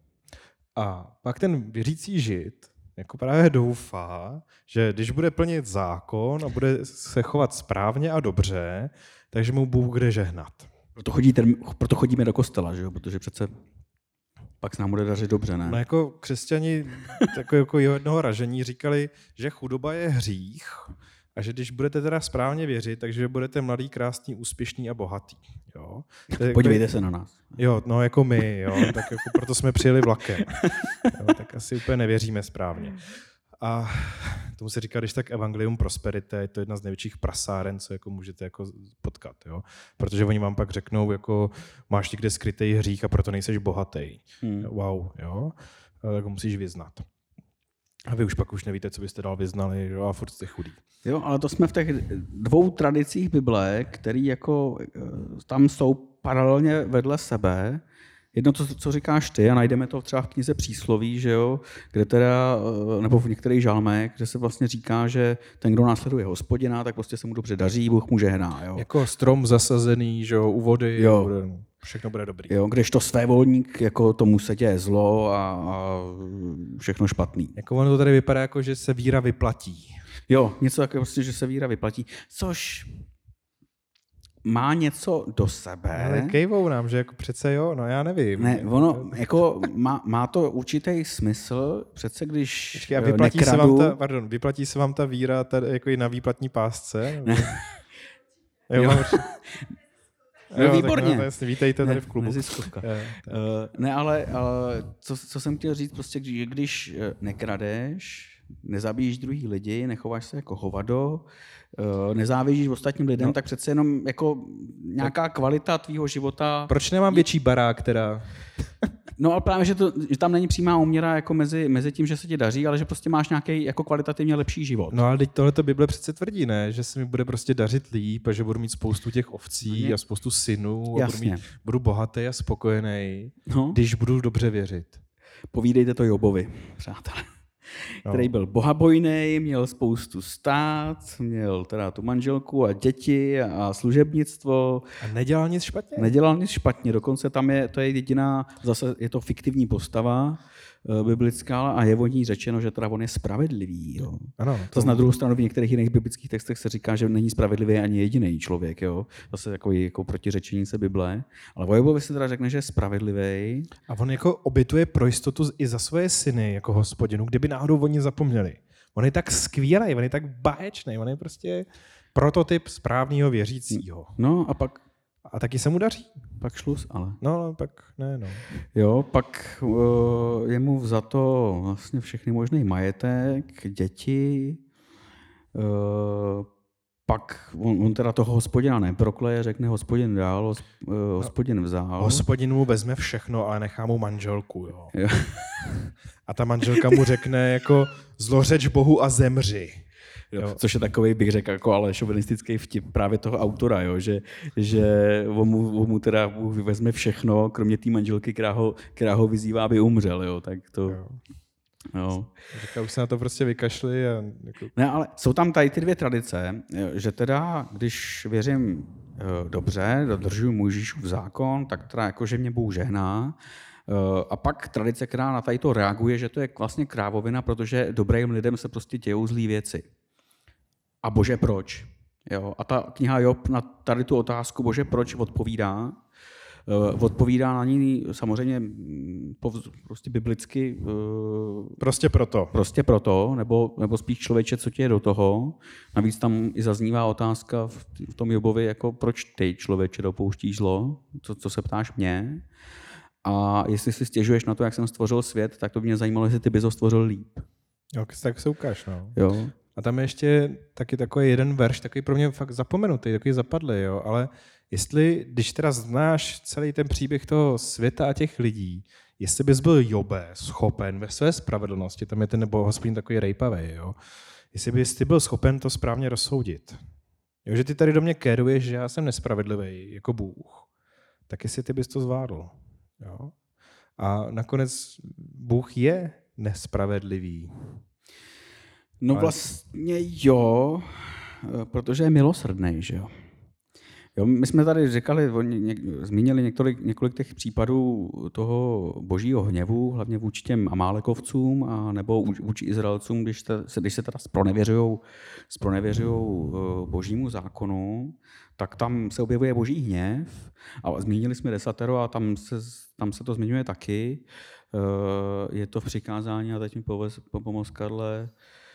A pak ten věřící Žid jako právě doufá, že když bude plnit zákon a bude se chovat správně a dobře, takže mu Bůh bude žehnat. Proto chodíme do kostela, že jo? Protože přece pak se nám bude dařit dobře, ne? No jako křesťani jako jednoho ražení říkali, že chudoba je hřích a že když budete teda správně věřit, takže budete mladý, krásný, úspěšný a bohatý. Jo? Podívejte se na nás. Jo, no jako my, jo, tak jako proto jsme přijeli vlakem. Jo, tak asi úplně nevěříme správně. A tomu se říká, když tak evangelium prosperity, je to jedna z největších prasáren, co jako můžete jako potkat. Jo? Protože oni vám pak řeknou, jako máš někde skrytý hřích a proto nejseš bohatý. Wow, jo? Tak ho musíš vyznat. A vy už pak nevíte, co byste dál vyznali, jo? A furt jste chudý. Jo, ale to jsme v těch dvou tradicích Bible, které jako tam jsou paralelně vedle sebe. Jedno, co říkáš ty, a najdeme to třeba v knize Přísloví, že jo, kde teda, nebo v některých žalmech, kde se vlastně říká, že ten, kdo následuje Hospodina, tak prostě se mu dobře daří, Bůh mu žehná. Jo. Jako strom zasazený, že jo, u vody, jo. Všechno bude dobrý. Jo, kdežto svévolník, jako tomu se děje zlo a všechno špatný. Jako ono to tady vypadá jako, že se víra vyplatí. Jo, něco jako prostě, že se víra vyplatí, což má něco do sebe. Ale kejvou nám, že jako přece jo, no já nevím. Ne, ono jako má to určitý smysl, přece když Počkej, vyplatí se vám ta víra tady, jako i na výplatní pásce? Ne. Jo. Jo, výborně. Tak, vítejte tady v klubu. Ne, ale co jsem chtěl říct, prostě, že když nekradeš, nezabíjíš druhý lidi, nechováš se jako hovado, nezávěžíš ostatním lidem, tak přece jenom jako nějaká kvalita tvýho života. Proč nemám větší barák teda? No ale právě, že tam není přímá úměra jako mezi tím, že se ti daří, ale že prostě máš nějaký jako kvalitativně lepší život. No ale teď tohleto Bible přece tvrdí, ne? Že se mi bude prostě dařit líp a že budu mít spoustu těch ovcí a spoustu synů a budu bohatý a spokojený, když budu dobře věřit. Povídejte to Jobovi, přátelé. Který byl bohabojnej, měl spoustu stát, měl teda tu manželku a děti a služebnictvo. A nedělal nic špatně? Nedělal nic špatně, dokonce tam to je jediná, zase je to fiktivní postava biblická a je o ní řečeno, že teda on je spravedlivý. Jo. Ano, Zase na druhou stranu v některých jiných biblických textech se říká, že není spravedlivý ani jediný člověk. Jo. Zase jako protiřečení se Bible. Ale o Jobovi se teda řekne, že je spravedlivý. A on jako obětuje pro jistotu i za svoje syny jako Hospodinu, kdyby náhodou oni zapomněli. On je tak skvělý, on je tak báječný, on je prostě prototyp správného věřícího. No a pak... A taky se mu daří. Pak šluz, ale. No, pak ne, no. Jo, pak je mu vzato vlastně všechny možný majetek, děti, pak on teda toho Hospodina neprokleje, řekne Hospodin dal, Hospodin vzal. Hospodin mu vezme všechno, ale nechá mu manželku, jo. A ta manželka mu řekne jako zlořeč Bohu a zemři. Jo. Což je takový, bych řekl, jako ale šovinistický vtip právě toho autora, jo? Že on mu teda Bůh vyvezme všechno, kromě té manželky, která ho vyzývá, aby umřel. Jo? Tak to... Jo. Říká, už se na to prostě vykašli. A jako... Ne, ale jsou tam tady ty dvě tradice, že teda, když věřím dobře, dodržuju Mojžíšův zákon, tak teda jako, že mě Bůh žehná. A pak tradice, která na tady to reaguje, že to je vlastně krávovina, protože dobrým lidem se prostě dějou zlý věci. A Bože, proč? Jo? A ta kniha Job na tady tu otázku Bože, proč odpovídá. Odpovídá na ní samozřejmě prostě biblicky. Prostě proto. Prostě proto, nebo spíš člověče, co ti je do toho. Navíc tam i zaznívá otázka v tom Jobovi, jako proč ty člověče dopouštíš zlo, co se ptáš mě. A jestli si stěžuješ na to, jak jsem stvořil svět, tak to by mě zajímalo, jestli ty bys ho stvořil líp. Jo, tak se ukáž, no. Jo. A tam je ještě taky takový jeden verš, takový pro mě fakt zapomenutý, takový zapadlý, jo, ale když teda znáš celý ten příběh toho světa a těch lidí, jestli bys byl Jobe schopen ve své spravedlnosti, tam je ten nebo Hospodin takový rejpavý, jo, jestli bys ty byl schopen to správně rozsoudit. Jo, že ty tady do mě kéruješ, že já jsem nespravedlivý jako Bůh, tak jestli ty bys to zvládl. Jo? A nakonec Bůh je nespravedlivý. No ale... vlastně jo, protože je milosrdný, že jo. Jo, my jsme tady říkali, zmínili několik těch případů toho božího hněvu, hlavně vůči těm Amálekovcům a nebo vůči Izraelcům, když se teda zpronevěřujou božímu zákonu, tak tam se objevuje boží hněv. A zmínili jsme desatero a tam se to zmiňuje taky. Je to v přikázání a teď mi pomoz Karle,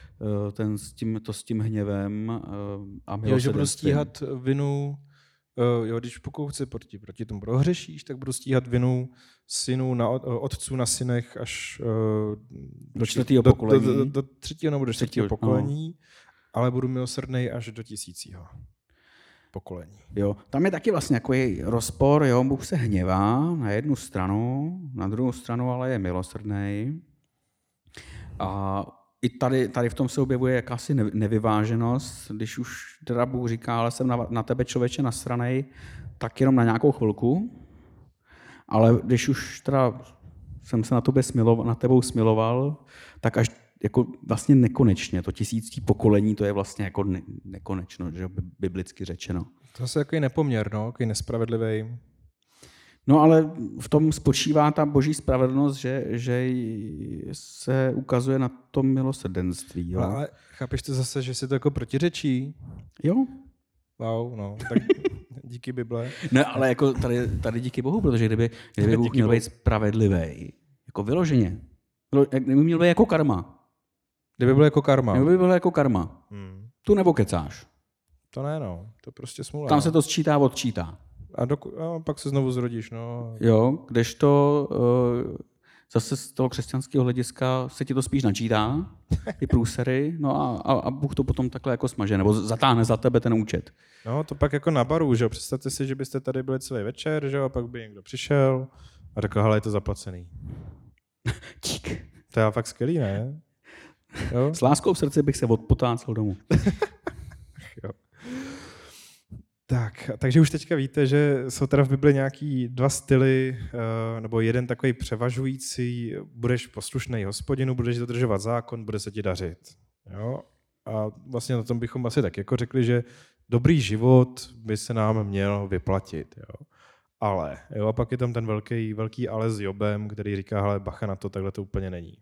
s tím hněvem a milosrdenstvím. Že budu stíhat vinu. Jo, když pokud se proti tomu prohřešíš, tak budu stíhat vinu synů otců na synech až do čtvrtého pokolení. Do třetího nebo do čtvrtého pokolení, ale budu milosrdnej až do 1000. pokolení. Jo, tam je taky vlastně takový rozpor, jo, Bůh se hněvá na jednu stranu, na druhou stranu ale je milosrdnej. A i tady v tom se objevuje jakási nevyváženost, když už teda Bůh říká, ale jsem na tebe člověče nasranej, tak jenom na nějakou chvilku, ale když už teda jsem se na tebou smiloval, tak až jako vlastně nekonečně, to 1000. pokolení, to je vlastně jako nekonečno, že biblicky řečeno. To je takový nepoměr, no, takový nespravedlivý. No ale v tom spočívá ta boží spravedlnost, že se ukazuje na tom milosrdenství. Jo? Ale chápeš to zase, že si to jako protiřečí? Jo. Wow, no, tak díky Bible. Ne, ale jako tady díky Bohu, protože kdyby Bůh měl být spravedlivý, jako vyloženě, kdyby měl být jako karma. Kdyby byl jako karma. Kdyby byl jako karma. Tu nebo kecáš. To ne, no, to prostě smůla. Tam se to sčítá, odčítá. A pak se znovu zrodíš, no. Jo, kdežto zase z toho křesťanského hlediska se ti to spíš načítá, ty průsery, no a Bůh to potom takhle jako smaže, nebo zatáhne za tebe ten účet. No, to pak jako na baru, že jo, představte si, že byste tady byli celý večer, že jo, a pak by někdo přišel a řekl, hele, je to zaplacený. Dík. To je fakt skvělý, ne? Jo? S láskou v srdci bych se odpotácel domů. Jo. Tak, takže už teďka víte, že jsou teda v Bibli nějaký dva styly, nebo jeden takový převažující, budeš poslušnej Hospodinu, budeš dodržovat zákon, bude se ti dařit. Jo? A vlastně na tom bychom asi tak jako řekli, že dobrý život by se nám měl vyplatit. Jo? Ale, jo, a pak je tam ten velký ale s Jobem, který říká, hele, bacha na to, takhle to úplně není.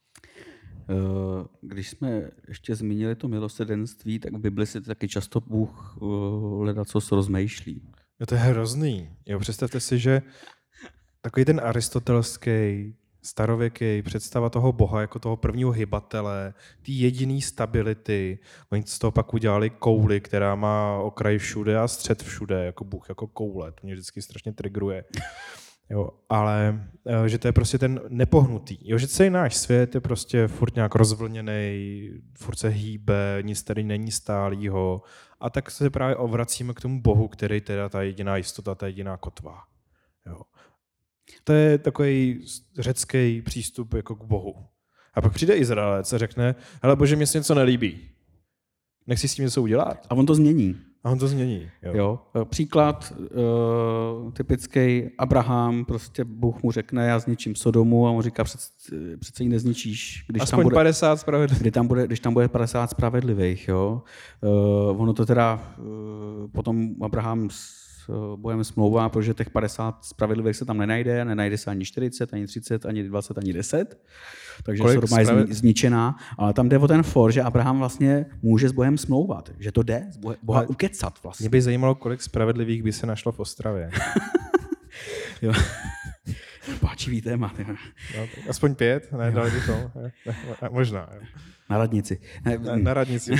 Když jsme ještě zmínili to milosrdenství, tak v Bibli si taky často Bůh ledacos rozmýšlí. Jo, to je hrozný. Jo, představte si, že takový ten aristotelský, starověký představa toho Boha jako toho prvního hybatele, té jediný stability. Oni z toho pak udělali kouli, která má okraj všude a střed všude, jako Bůh, jako koule. To mě vždycky strašně trigruje. Jo, ale že to je prostě ten nepohnutý. Jo, že celý náš svět je prostě furt nějak rozvlněný, furt se hýbe, nic tady není stálýho. A tak se právě ovracíme k tomu Bohu, který teda ta jediná jistota, ta jediná kotva. Jo. To je takový řecký přístup jako k Bohu. A pak přijde Izraelec a řekne, hele Bože, mně se něco nelíbí. Nechci s tím něco udělat. A on to změní. A on to změní. Jo. Příklad typický, Abraham, prostě Bůh mu řekne, já zničím Sodomu, a on říká, přece ji nezničíš, když aspoň 50 spravedlivých. Když tam bude 50 spravedlivých. Jo. Ono to teda potom Abraham s Bohem smlouvá, protože těch 50 spravedlivých se tam nenajde se ani 40, ani 30, ani 20, ani 10. Takže Sodoma je zničená. Ale tam jde o ten for, že Abraham vlastně může s Bohem smlouvat. Že to jde Boha ukecat vlastně. Mě by zajímalo, kolik spravedlivých by se našlo v Ostravě. Jo. Páčivý téma. No, aspoň 5, ne, dali bychom. Možná. Jo. Na radnici. Na radnici.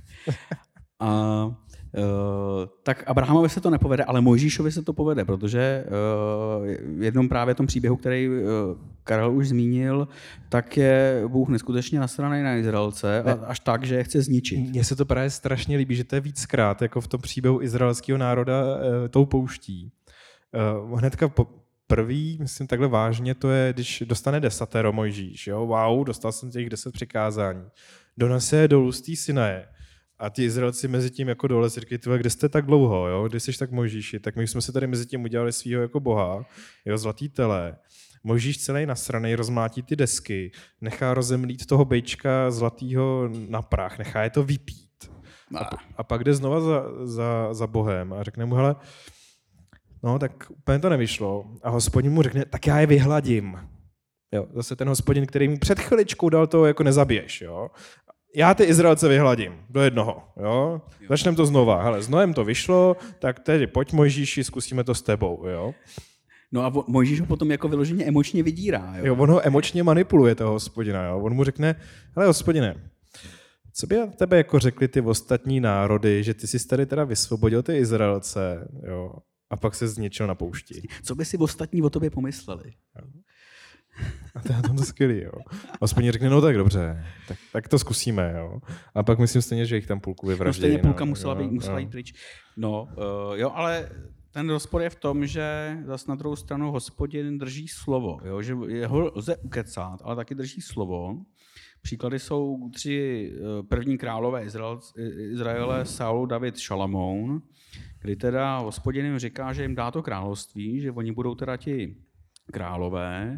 Tak Abrahamovi se to nepovede, ale Mojžíšovi se to povede, protože v jednom právě tom příběhu, který Karel už zmínil, tak je Bůh neskutečně nasranej na Izraelce, až tak, že je chce zničit. Mně se to právě strašně líbí, že to je víckrát, jako v tom příběhu izraelského národa tou pouští. Hnedka prvý, myslím takhle vážně, to je, když dostane 10 Mojžíš. Jo? Wow, dostal jsem těch 10 přikázání. Donese je dolů z té Sinaje. A ti Izraelci mezi tím jako dole si říkají, kde jste tak dlouho, jo? Když jsi tak Mojžíši, tak my jsme se tady mezi tím udělali svýho jako boha, jo, zlatý tele. Mojžíš celý nasranej rozmlátí ty desky, nechá rozemlít toho bejčka zlatýho na prach, nechá je to vypít. A pak jde znova za Bohem a řekne mu, hele, no tak úplně to nevyšlo. A Hospodin mu řekne, tak já je vyhladím. Jo, zase ten Hospodin, který mu před chviličkou dal to, jako nezabiješ, jo. Já ty Izraelce vyhladím do jednoho. Jo? Začneme to znova. Hele, s Noem to vyšlo, tak tedy pojď Mojžíši, zkusíme to s tebou. Jo? No a Mojžíš ho potom jako vyloženě emočně vydírá. Jo? Jo, on ho emočně manipuluje, toho Hospodina. Jo? On mu řekne, hele Hospodine, co by tebe jako řekli ty ostatní národy, že ty jsi tady teda vysvobodil ty Izraelce, jo? A pak se zničil na poušti. Co by si ostatní o tobě pomysleli? Jo? A to je to skvělý, jo. Hospodin řekne, no tak dobře, tak to zkusíme, jo. A pak myslím stejně, že jich tam půlku vyvraždí. No stejně půlka musela jít pryč. No, jo, ale ten rozpor je v tom, že zase na druhou stranu Hospodin drží slovo, jo, že ho lze ukecat, ale taky drží slovo. Příklady jsou 3 první králové Izraele, Saul, David, Šalamoun, kdy teda Hospodin jim říká, že jim dá to království, že oni budou teda ti králové,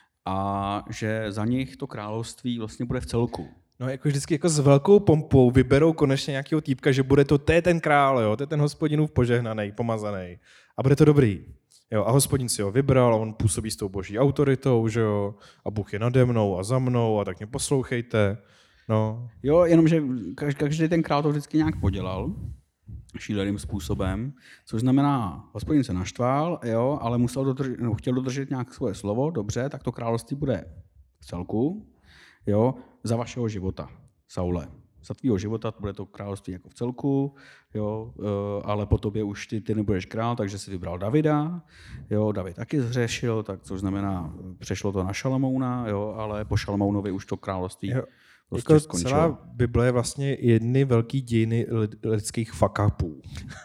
a že za nich to království vlastně bude v celku. No jako vždycky jako s velkou pompou vyberou konečně nějakého týpka, že bude to je ten král, jo, to je ten Hospodinův požehnaný, pomazaný. A bude to dobrý. Jo, a Hospodin si ho vybral a on působí s tou boží autoritou, že jo, a Bůh je nade mnou a za mnou a tak mě poslouchejte. No. Jo, jenomže každý ten král to vždycky nějak podělal šíleným způsobem, což znamená, Hospodin se naštval, jo, ale chtěl dodržet nějak svoje slovo, dobře, tak to království bude v celku, jo, za vašeho života, Saule. Za tvýho života bude to království jako v celku, jo, ale po tobě už ty nebudeš král, takže si vybral Davida, jo, David taky zhřešil, tak což znamená, přešlo to na Šalamouna, jo, ale po Šalamounovi už to království jako celá Bible je vlastně jedny velký dějiny lidských fuck-upů.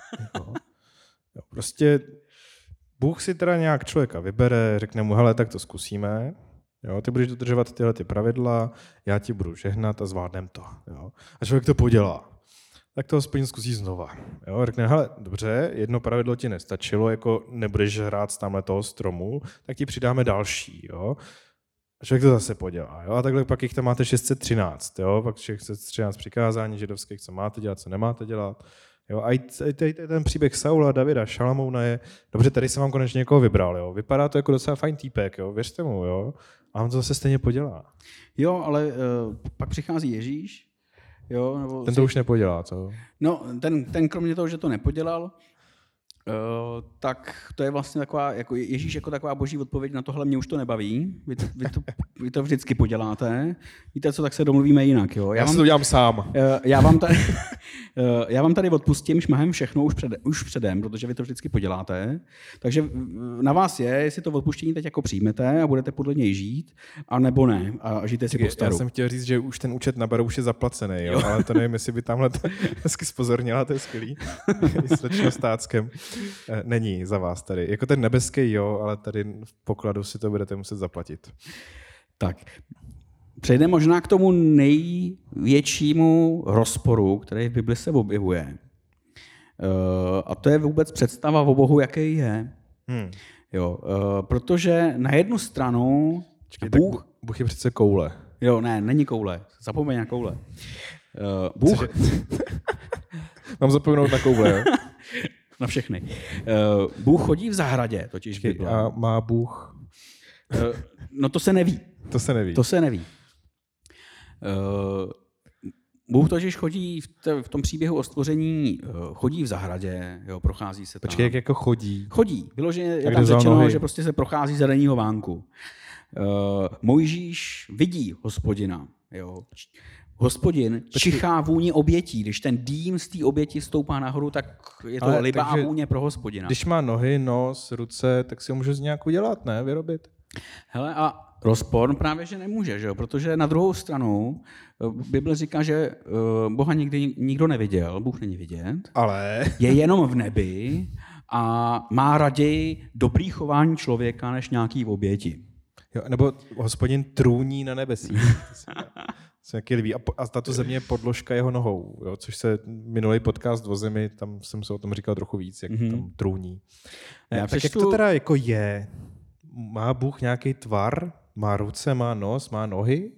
Prostě Bůh si teda nějak člověka vybere, řekne mu, hele, tak to zkusíme, jo, ty budeš dodržovat tyhle ty pravidla, já ti budu žehnat a zvládnem to. Jo. A člověk to podělá. Tak to Hospodin zkusí znova. Jo. Řekne, hele, dobře, jedno pravidlo ti nestačilo, jako nebudeš hrát z tamhle toho stromu, tak ti přidáme další. Jo. A člověk to zase podělá. Jo? A takhle pak jich tam máte 613. Jo? Pak 613 přikázání židovských, co máte dělat, co nemáte dělat. Jo? A i ten příběh Saula, Davida, Šalamouna je, dobře, tady jsem vám konečně někoho vybral. Jo? Vypadá to jako docela fajn týpek, jo? Věřte mu. Jo? A on to zase stejně podělá. Jo, ale pak přichází Ježíš. Jo? Nebo ten to už nepodělá, co? No, ten kromě toho, že to nepodělal, tak to je vlastně taková, jako Ježíš jako taková boží odpověď na tohle, mě už to nebaví, vy to vždycky poděláte, víte co, tak se domluvíme jinak. Jo? Já si to dělám sám. Já vám tady odpustím šmahem všechno už předem, protože vy to vždycky poděláte, takže na vás je, jestli to odpuštění teď jako přijmete a budete podle něj žít, a nebo ne, a žijte si po staru. Já jsem chtěl říct, že už ten účet na baru už je zaplacený, jo? Ale to nevím, jestli by tamhle hezky spozornila, to je skvělý, slečno Stáckem. Není za vás tady. Jako ten nebeský jo, ale tady v pokladu si to budete muset zaplatit. Tak, přejdeme možná k tomu největšímu rozporu, který v Bibli se objevuje. A to je vůbec představa o Bohu, jaký je. Jo, protože na jednu stranu Bůh je přece koule. Jo, ne, není koule. Zapomeň na koule. Bůh... Mám zapomenout na koule, jo? Na všechny. Bůh chodí v zahradě, totiž Bible. A má Bůh? No to se neví. To se neví. Bůh totiž chodí v tom příběhu o stvoření, chodí v zahradě, jo, prochází se tam. Počkej, jak jako chodí? Chodí. Vyloženě je tam řečeno, že prostě se prochází za denního vánku. Mojžíš vidí Hospodina. Jo. Hospodin čichá vůni obětí. Když ten dým z té oběti stoupá nahoru, tak je to libá vůně pro Hospodina. Když má nohy, nos, ruce, tak si ho může z nějak udělat, ne? Vyrobit. Hele, a rozpor právě, že nemůže, že jo? Protože na druhou stranu Bible říká, že Boha nikdy nikdo neviděl, Bůh není vidět, ale je jenom v nebi a má raději dobrý chování člověka než nějaký oběti. Jo, nebo Hospodin trůní na nebesích. Se taky líbí. A tato země je podložka jeho nohou, jo? Což se minulý podcast o zemi, tam jsem se o tom říkal trochu víc, jak tam trůní. Tak jak to teda jako je? Má Bůh nějaký tvar? Má ruce, má nos, má nohy?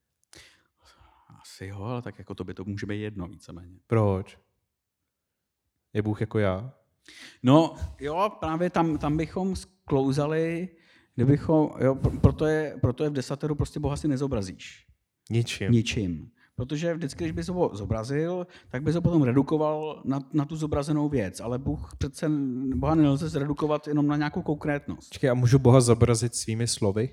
Asi jo, ale tak jako to by to může být jedno víceméně. Proč? Je Bůh jako já? No jo, právě tam bychom sklouzali, kdybychom, jo, proto je v desateru prostě Boha si nezobrazíš. Ničím. Protože vždycky, když bys ho zobrazil, tak bys ho potom redukoval na tu zobrazenou věc. Ale Boha nelze zredukovat jenom na nějakou konkrétnost. Čekaj, a můžu Boha zobrazit svými slovy?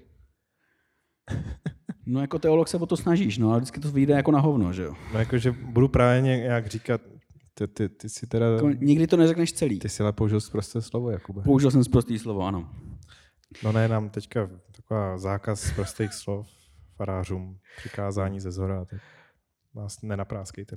No jako teolog se o to snažíš, no, ale vždycky to vyjde jako na hovno, že jo? No jakože budu právě nějak říkat, ty si teda... Jako, nikdy to neřekneš celý. Ty si ale použil sprosté slovo, Jakube. Použil jsem sprostý slovo, ano. No ne, nám teďka taková zákaz prostých slov farářům, přikázání ze zhora, tak vás nenapráskejte.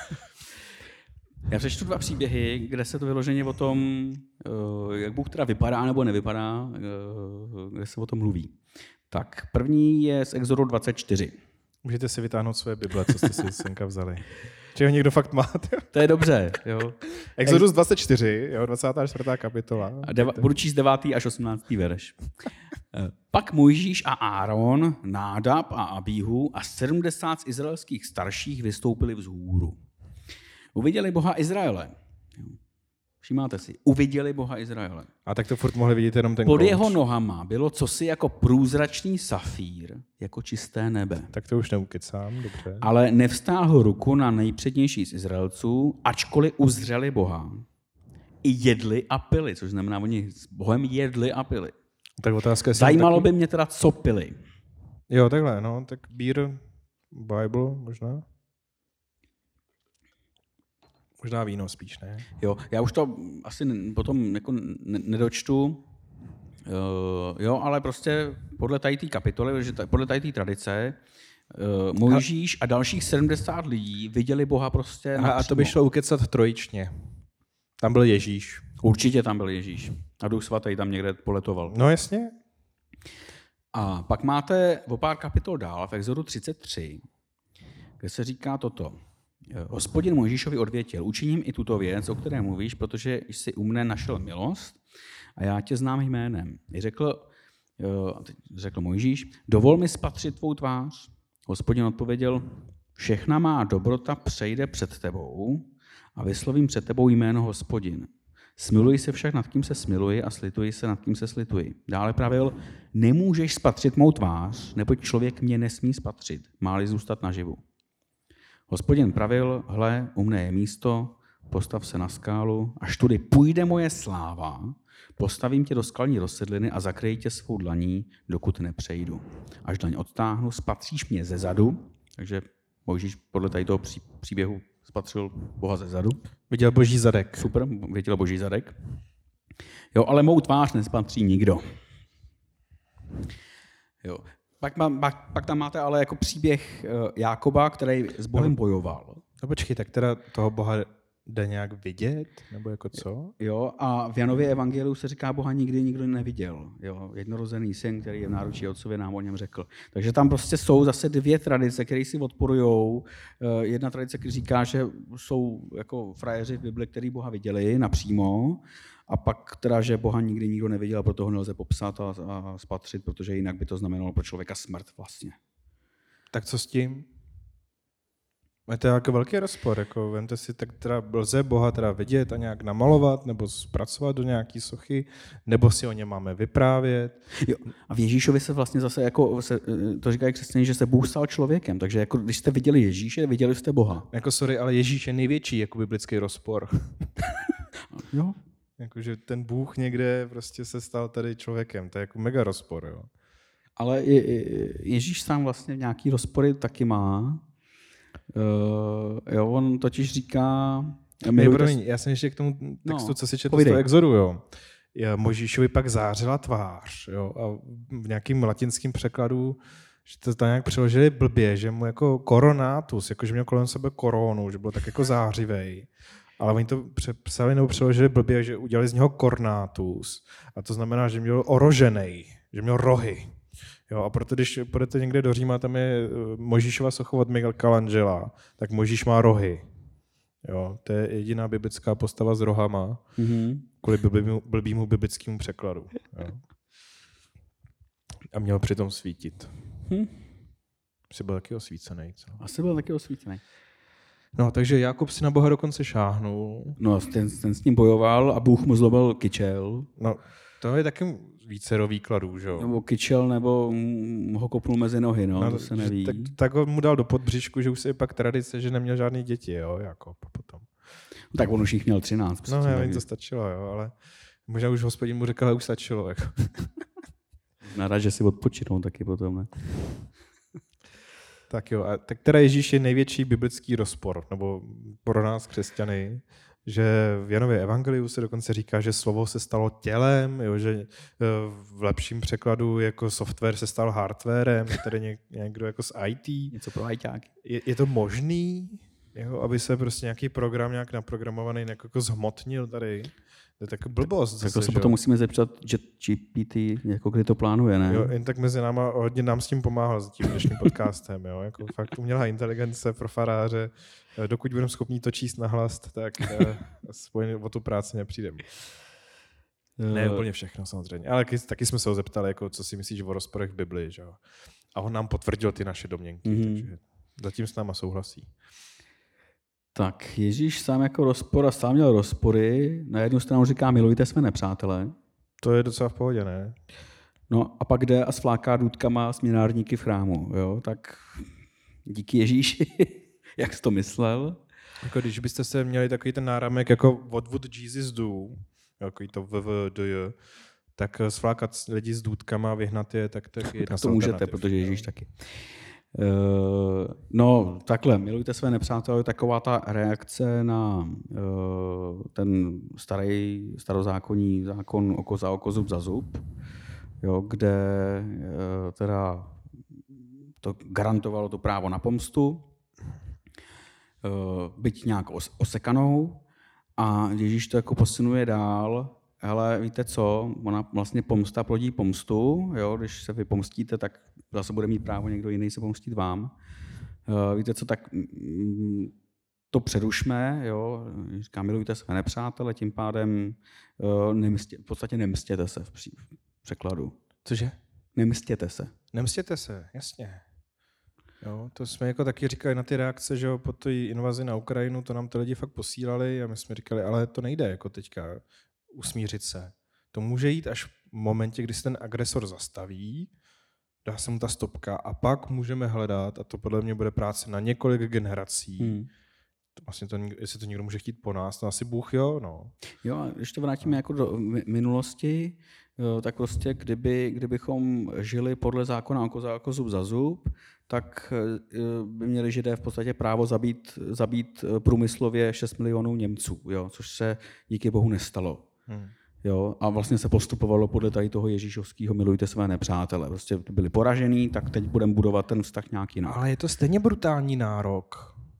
Já přečtu 2 příběhy, kde se to vyloženě o tom, jak Bůh teda vypadá nebo nevypadá, kde se o tom mluví. Tak, první je z Exodu 24. Můžete si vytáhnout své Bible, co jste si senka vzali. Či ho někdo fakt má? To je dobře, jo. Exodus 24, jo, 24. kapitola. Budu číst 9. až 18. verš. Pak Mojžíš a Áron, Nádab a Abíhu a 70 z izraelských starších vystoupili vzhůru. Uviděli Boha Izraele. Všimáte si, uviděli Boha Izraele. A tak to furt mohli vidět jenom ten Pod jeho nohama bylo cosi jako průzračný safír, jako čisté nebe. Tak to už neukecám, dobře. Ale nevstáhl ruku na nejpřednější z Izraelců, ačkoliv uzřeli Boha. I jedli a pili, což znamená, oni s Bohem jedli a pili. Tak otázka je, zajímalo by mě teda, co pili. Jo, takhle, no, tak beer, Bible možná. Možná víno spíš, ne? Jo, já už to asi potom jako nedočtu, jo, ale prostě podle tady té kapitoly, podle tady té tradice, Mojžíš a dalších 70 lidí viděli Boha prostě napřímo. A to by šlo ukecat trojičně. Tam byl Ježíš. Určitě tam byl Ježíš. A Duch svatý tam někde poletoval. No jasně. A pak máte o pár kapitol dál v Exodu 33, kde se říká toto. Hospodin Mojžíšovi odvětil, učiním i tuto věc, o které mluvíš, protože jsi u mne našel milost a já tě znám jménem. Řekl Mojžíš, dovol mi spatřit tvou tvář. Hospodin odpověděl, všechna má dobrota přejde před tebou a vyslovím před tebou jméno Hospodin. Smiluji se však nad kým se smiluji a slituji se nad kým se slituji. Dále pravil, nemůžeš spatřit mou tvář, neboť člověk mě nesmí spatřit, má-li zůstat naživu. Hospodin pravil, hle, u mne je místo, postav se na skálu, až tudy půjde moje sláva, postavím tě do skalní rozsedliny a zakryji tě svou dlaní, dokud nepřejdu. Až dlaň odtáhnu, spatříš mě ze zadu, takže Mojžíš podle tady toho příběhu spatřil Boha ze zadu. Viděl boží zadek. Super, viděl boží zadek. Jo, ale mou tvář nespatří nikdo. Jo. Pak tam máte ale jako příběh Jákoba, který s Bohem bojoval. No počkej, tak teda toho Boha jde nějak vidět? Nebo jako co? Jo, a v Janově evangeliu se říká, Boha nikdy nikdo neviděl. Jo, jednorozený syn, který je v náručí otcově, nám o něm řekl. Takže tam prostě jsou zase dvě tradice, které si odporujou. Jedna tradice, která říká, že jsou jako frajeři v Bibli, který Boha viděli napřímo, a pak teda, že Boha nikdy nikdo neviděl, proto ho nelze popsat a spatřit, protože jinak by to znamenalo pro člověka smrt vlastně. Tak co s tím? Je to jako velký rozpor, jako vemte si, tak teda lze Boha teda vidět a nějak namalovat, nebo zpracovat do nějaký sochy, nebo si o něm máme vyprávět. Jo, a v Ježíšovi se vlastně zase, jako to říkají křesťané, že se Bůh stal člověkem, takže jako když jste viděli Ježíše, viděli jste Boha. Jako sorry, ale Ježíš je největší jako biblický rozpor. Jo. Jakože ten Bůh někde prostě se stal tady člověkem, to je jako mega rozpor, jo. Ale Ježíš sám vlastně nějaký rozpory taky má. Jo, on totiž říká... Já jsem ještě k tomu textu, co si četl z povídej. toho Exodu, jo. Mojžíšovi pak zářila tvář, jo, a v nějakým latinském překladu, že to tam nějak přeložili blbě, že mu jako koronátus, jako že měl kolem sebe koronu, že byl tak jako zářivej. Ale oni to přepsali nebo přeložili blbě, že udělali z něho kornátus. A to znamená, že měl oroženej, že měl rohy. Jo, a proto, když půjdete někde do Říma, tam je Mojžíšova socha od Michelangela, tak Mojžíš má rohy. Jo, to je jediná biblická postava s rohama, kvůli blbýmu biblickému překladu. Jo. A měl přitom svítit. Jsi byl taky osvícený, co? Asi byl taky osvícený. No, takže Jakub si na Boha dokonce šáhnul. No, ten s ním bojoval a Bůh mu zlobil kyčel. No, to je taky vícero výkladů, že jo? Nebo kyčel, nebo ho kopnul mezi nohy, no to se neví. Tak ho mu dal do podbříšku, že už se je pak tradice, že neměl žádný děti, jo, Jakub potom. Tak on už jich měl 13. No, já vím, to stačilo, jo, ale možná už hospodin mu řekl, ale už stačilo, jako. Rád, že si odpočinou taky potom, ne? Tak jo, a tak teda Ježíš je největší biblický rozpor, nebo pro nás křesťany, že v Janově evangeliu se dokonce říká, že slovo se stalo tělem, jo, že v lepším překladu jako software se stal hardwarem, tedy někdo jako z IT. Něco pro ajťáky. Je to možný, jo, aby se prostě nějaký program nějak naprogramovaný jako zhmotnil tady? To je taková blbost. Tak to se potom musíme zeptat GPT, jako kdy to plánuje, ne? Jo, jen tak mezi náma hodně nám s tím pomáhal s tím dnešním podcastem. Jo? Jako fakt umělá inteligence pro faráře. Dokud budeme schopni to číst nahlas, tak o tu práci nepřijdeme. Ne úplně všechno samozřejmě. Ale taky jsme se ho zeptali, jako, co si myslíš o rozporech v Biblii. Že? A on nám potvrdil ty naše domněnky. Takže zatím s náma souhlasí. Tak Ježíš sám jako rozpor a sám měl rozpory. Na jednu stranu říká, milujte své nepřátele. To je docela v pohodě, ne? No a pak jde a svláká důtkama směnárníky v chrámu. Jo? Tak díky Ježíši, jak jsi to myslel? Jako když byste se měli takový ten náramek jako what would Jesus do, jako to VVDJ, tak svlákat lidi s důtkama a vyhnat je, tak je tak to můžete, protože Ježíš taky. No takhle, milujte své nepřátele, taková ta reakce na ten starozákonní zákon oko za oko, zub za zub, jo, kde teda to garantovalo to právo na pomstu, byť nějak osekanou, a Ježíš to jako posunuje dál. Hele, víte co, ona vlastně pomsta plodí pomstu, jo? Když se vy pomstíte, tak zase bude mít právo někdo jiný se pomstit vám. Víte co, tak to přerušme, jo? Říká, milujte své nepřátele, tím pádem v podstatě nemstěte se v překladu. Cože? Nemstěte se. Nemstěte se, jasně. Jo, to jsme jako taky říkali na ty reakce, že jo, po té invazi na Ukrajinu, to nám ty lidi fakt posílali a my jsme říkali, ale to nejde jako teďka usmířit se. To může jít až v momentě, kdy se ten agresor zastaví, dá se mu ta stopka a pak můžeme hledat, a to podle mě bude práce na několik generací. Vlastně jestli to někdo může chtít po nás, to asi Bůh, jo, no. Jo, a když to vrátíme jako do minulosti, tak prostě kdybychom žili podle zákona oko za oko, zub za zub, tak by měli Židé v podstatě právo zabít průmyslově 6 milionů Němců, jo, což se díky Bohu nestalo. Jo, a vlastně se postupovalo podle tady toho ježíšovského milujte své nepřátele. Prostě byli poražený, tak teď budeme budovat ten vztah nějak jinak. Ale je to stejně brutální nárok.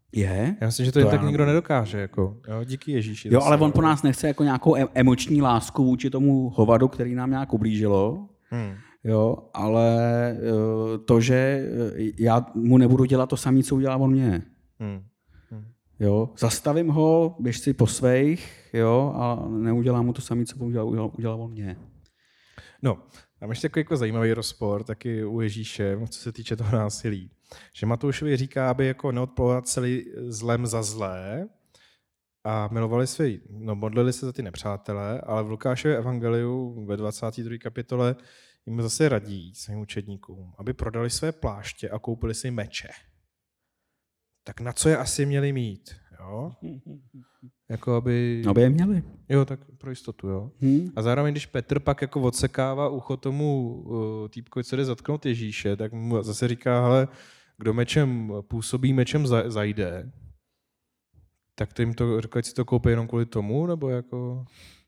Je? Já myslím, že to jen tak nikdo nedokáže. Jako, jo, díky Ježíši. Jo, ale on po nás nechce jako nějakou emoční lásku vůči tomu hovadu, který nám nějak ublížilo. Jo, ale to, že já mu nebudu dělat to samé, co udělá on mě. Jo, zastavím ho, běž si po svých, jo, a neudělám mu to samé, co udělal on mě. No, tam ještě takový jako zajímavý rozpor taky u Ježíše, co se týče toho násilí. Že Matoušovi říká, aby jako neodpověděli zlem za zlé a modlili se za ty nepřátelé, ale v Lukášově evangeliu ve 22. kapitole jim zase radí svým učedníkům, aby prodali své pláště a koupili si meče. Tak na co je asi měli mít? Jo? Jako aby je měli. Jo, tak pro jistotu, jo. A zároveň, když Petr pak jako odsekává ucho tomu týpkovi, co jde zatknout Ježíše, tak mu zase říká, hele, kdo mečem působí, mečem zajde. Tak to jim to říká, ať si to koupí jenom kvůli tomu, nebo jako...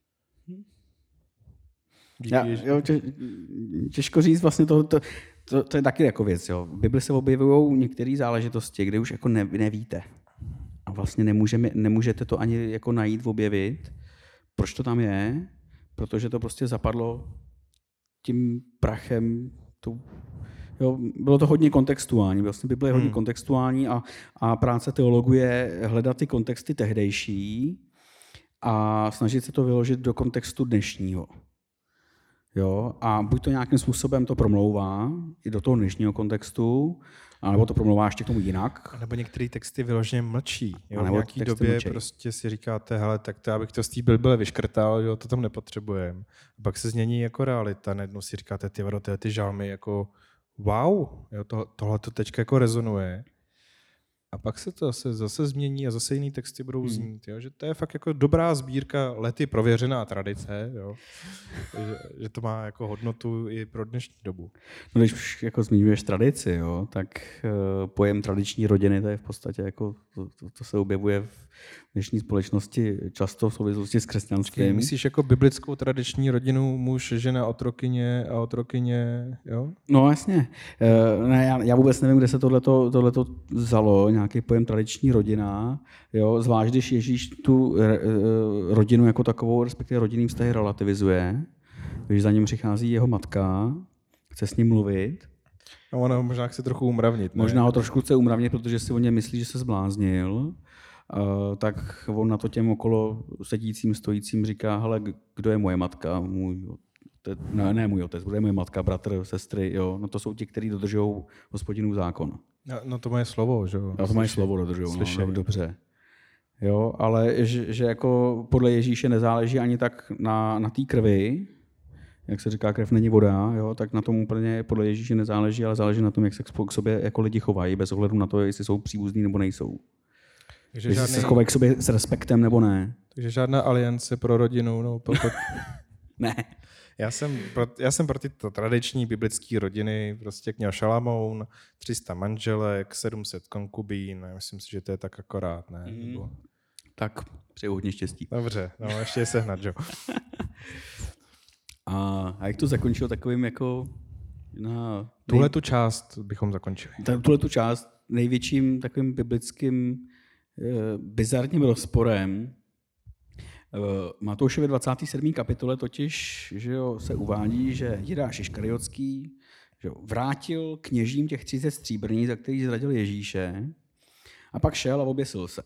Těžko říct vlastně to je taky jako věc. Jo. V Bibli se objevují některé záležitosti, kde už jako nevíte. A vlastně nemůžete to ani jako najít, objevit. Proč to tam je? Protože to prostě zapadlo tím prachem. Jo, bylo to hodně kontextuální. Vlastně Bible je hodně kontextuální a práce teologu je hledat ty kontexty tehdejší a snažit se to vyložit do kontextu dnešního. Jo, a buď to nějakým způsobem to promlouvá i do toho dnešního kontextu, anebo to promlouvá ještě k tomu jinak. A nebo některé texty vyloženě mlčí. Jo? V nějaký době mlčí. Prostě si říkáte, hele, tak to abych to z té Bible vyškrtal, jo, to tam nepotřebujeme. A pak se změní jako realita. Najednou si říkáte, ty žalmy jako wow, jo, tohle to teďka jako rezonuje. A pak se to zase změní a zase jiný texty budou znít. Jo? Že to je fakt jako dobrá sbírka, lety prověřená tradice. Jo? Že to má jako hodnotu i pro dnešní dobu. No, když už jako zmiňuješ tradici, jo, tak pojem tradiční rodiny, to je v podstatě jako, to se objevuje v dnešní společnosti často v souvislosti s křesťanstvím. Myslíš jako biblickou tradiční rodinu, muž, žena, otrokyně a otrokyně, jo? No jasně. Já vůbec nevím, kde se tohleto vzalo, nějaký pojem tradiční rodina, jo? Zvlášť, když Ježíš tu rodinu jako takovou, respektive rodinný vztahy relativizuje, když za ním přichází jeho matka, chce s ním mluvit. A ona možná chce trochu umravnit. Ne? Možná ho trošku chce umravnit, protože si o něm myslí, že se zbláznil. Tak on na to těm okolo sedícím, stojícím říká, hele, kdo je moje matka? Můj otec, ne můj otec, bude moje matka, bratr, sestry, jo. No to jsou ti, kteří dodržují Hospodinův zákon. No to moje slovo, že jo. No to moje slovo dodržují, no, dobře. Jo, ale že jako podle Ježíše nezáleží ani tak na té krvi, jak se říká, krev není voda, jo, tak na tom úplně podle Ježíše nezáleží, ale záleží na tom, jak se k sobě jako lidi chovají, bez ohledu na to, jestli jsou příbuzní nebo nejsou. Takže jestli se chovají k sobě s respektem nebo ne. Takže žádná aliance pro rodinu. No, ne. Já jsem pro ty tradiční biblické rodiny, prostě měl Šalamoun, 300 manželek, 700 konkubín, myslím si, že to je tak akorát, ne? Tak přeju hodně štěstí. Dobře, no ještě je sehnat, jo. A jak to zakončil takovým jako... Tuhletu část bychom zakončili. Tuhletu část největším takovým biblickým bizarním rozporem. Matoušově 27. kapitole totiž že jo, se uvádí, že Jidáš Iškariotský že jo, vrátil kněžím těch 30 stříbrných, za který zradil Ježíše, a pak šel a oběsil se.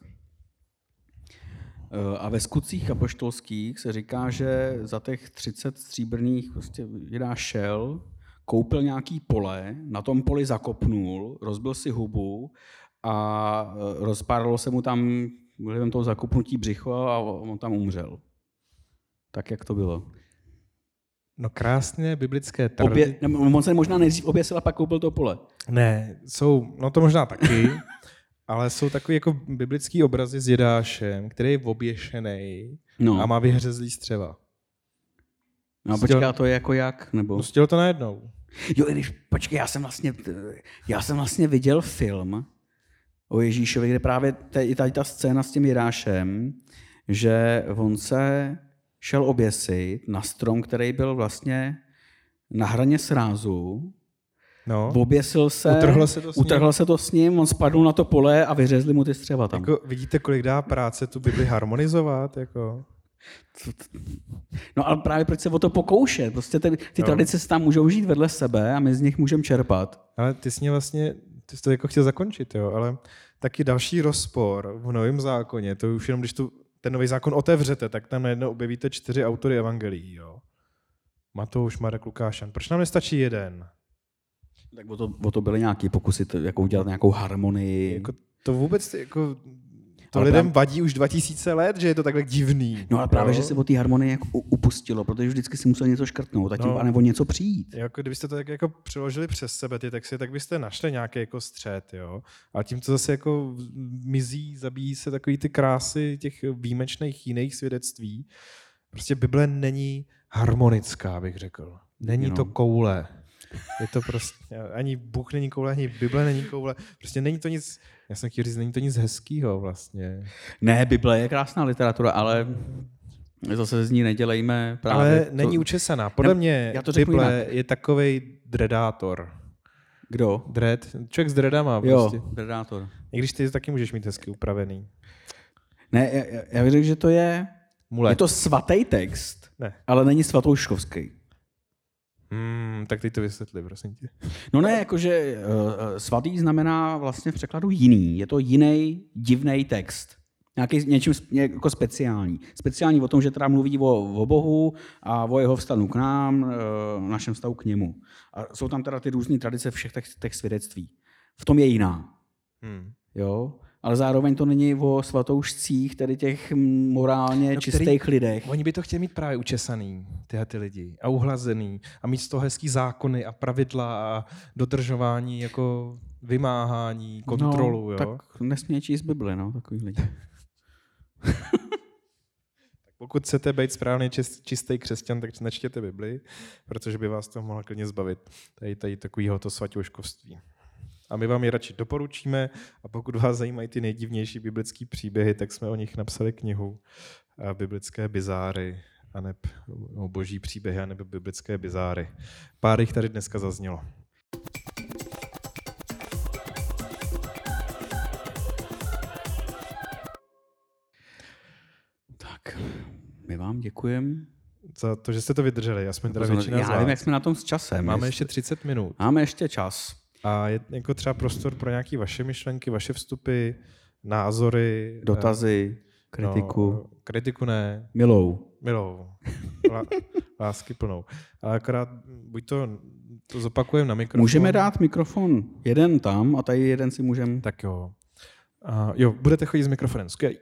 A ve skutcích apoštolských se říká, že za těch 30 stříbrných prostě Jidáš šel, koupil nějaký pole, na tom poli zakopnul, rozbil si hubu a rozpáralo se mu tam vlivem toho zakopnutí břicho a on tam umřel. Tak, jak to bylo? No krásně biblické tradice. On se možná nejdřív oběsil a pak koupil to pole. Ne, no to možná taky, ale jsou takový jako biblický obrazy s Jidášem, který je oběšený a má vyhřezlý střeva. No počká, to je jako jak? Nebo? Pustil to najednou. Jo, počkej, já jsem vlastně viděl film o Ježíšovi, kde právě tady ta scéna s tím Jidášem, že on se šel oběsit na strom, který byl vlastně na hraně srázu No. Oběsil se, utrhlo se to s ním, on spadl na to pole a vyřezli mu ty střeva tam. Jako, vidíte, kolik dá práce tu Bibli harmonizovat? Jako? No ale právě proč se o to pokoušet? Prostě ty tradice se tam můžou žít vedle sebe a my z nich můžeme čerpat. Ale ty jsi to jako chtěl zakončit, jo, ale taky další rozpor v Novém zákoně, to už jenom, když ten Nový zákon otevřete, tak tam najednou objevíte 4 autory evangelií, jo. Matouš, Marek, Lukáš, Jan. Proč nám nestačí jeden? Tak o to byly nějaké pokusy, jako udělat nějakou harmonii. Jako, to vůbec, jako, to lidem vadí už 2000 let, že je to takhle divný. No ale právě, že se o té harmonii jako upustilo, protože vždycky si musel něco škrtnout a tím nebo něco přijít. Jako, kdybyste to tak jako přeložili přes sebe ty texty, tak byste našli nějaký jako střet, jo. A tím to zase jako mizí, zabíjí se takový ty krásy těch výjimečných jiných svědectví. Prostě Bible není harmonická, bych řekl. Není to koule. Je to prostě, ani Bůh není koule, ani Bible není koule. Prostě není to nic, já jsem chtěl říct, není to nic hezkýho vlastně. Ne, Bible je krásná literatura, ale zase z ní nedělejme právě. Ale není učesaná. Podle mě Bible je takovej dredátor. Kdo? Člověk s dreadama. Prostě. Jo, dredátor. I když ty taky můžeš mít hezky upravený. Ne, já bych řekl, že to je... Mulet. Je to svatý text, ne. Ale není svatouškovský. Tak teď to vysvětli, prosím tě. No ne, jakože svatý znamená vlastně v překladu jiný. Je to jiný, divný text. Něčím jako speciální. Speciální o tom, že teda mluví o Bohu a o jeho vztahu k nám, našem vztahu k němu. A jsou tam teda ty různé tradice všech těch svědectví. V tom je jiná. Jo? Ale zároveň to není o svatoušcích, tedy těch morálně čistých lidech. Oni by to chtěli mít právě učesaný, ty lidi, a uhlazený, a mít z toho hezký zákony a pravidla a dodržování, jako vymáhání, kontrolu. No, tak nesmějí číst Bibli, takový lidi. Pokud chcete být správně čistý křesťan, tak nečtěte Bibli, protože by vás to mohlo klidně zbavit tady takového svatouškovství. A my vám je radši doporučíme a pokud vás zajímají ty nejdivnější biblické příběhy, tak jsme o nich napsali knihu Biblické bizáry, boží příběhy, anebo biblické bizáry. Pár jich tady dneska zaznělo. Tak, my vám děkujeme. Za to, že jste to vydrželi. Já nevím, jak jsme na tom s časem. Máme ještě 30 minut. Máme ještě čas. A je jako třeba prostor pro nějaké vaše myšlenky, vaše vstupy, názory. Dotazy, kritiku. No, kritiku ne. Milou. Lásky plnou. Ale akorát buď to zopakujeme na mikrofon. Můžeme dát mikrofon jeden tam a tady jeden si můžeme... Tak jo. Jo, budete chodit s mikrofonem. Skvělý.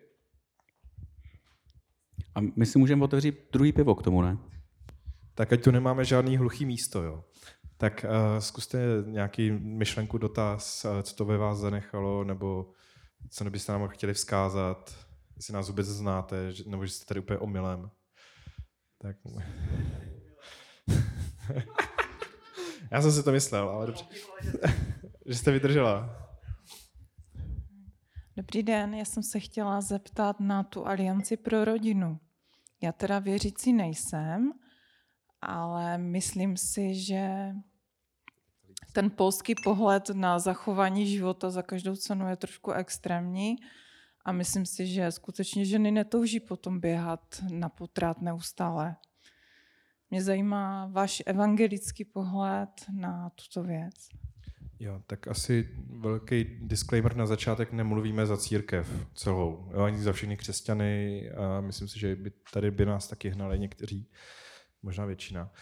A my si můžeme otevřít druhý pivo k tomu, ne? Tak ať tu nemáme žádný hluchý místo, jo. Tak zkuste nějaký myšlenku, dotaz, co to ve vás zanechalo, nebo co byste nám chtěli vzkázat, jestli nás vůbec znáte, nebo že jste tady úplně omylem. Tak. Já jsem si to myslel, ale dobře. Že jste vydržela. Dobrý den, já jsem se chtěla zeptat na tu Alianci pro rodinu. Já teda věřící nejsem, ale myslím si, že ten polský pohled na zachování života za každou cenu je trošku extrémní a myslím si, že skutečně ženy netouží potom běhat na potrat neustále. Mě zajímá váš evangelický pohled na tuto věc. Jo, tak asi velký disclaimer na začátek, nemluvíme za církev celou, jo, ani za všechny křesťany a myslím si, že tady by nás taky hnali někteří, možná většina.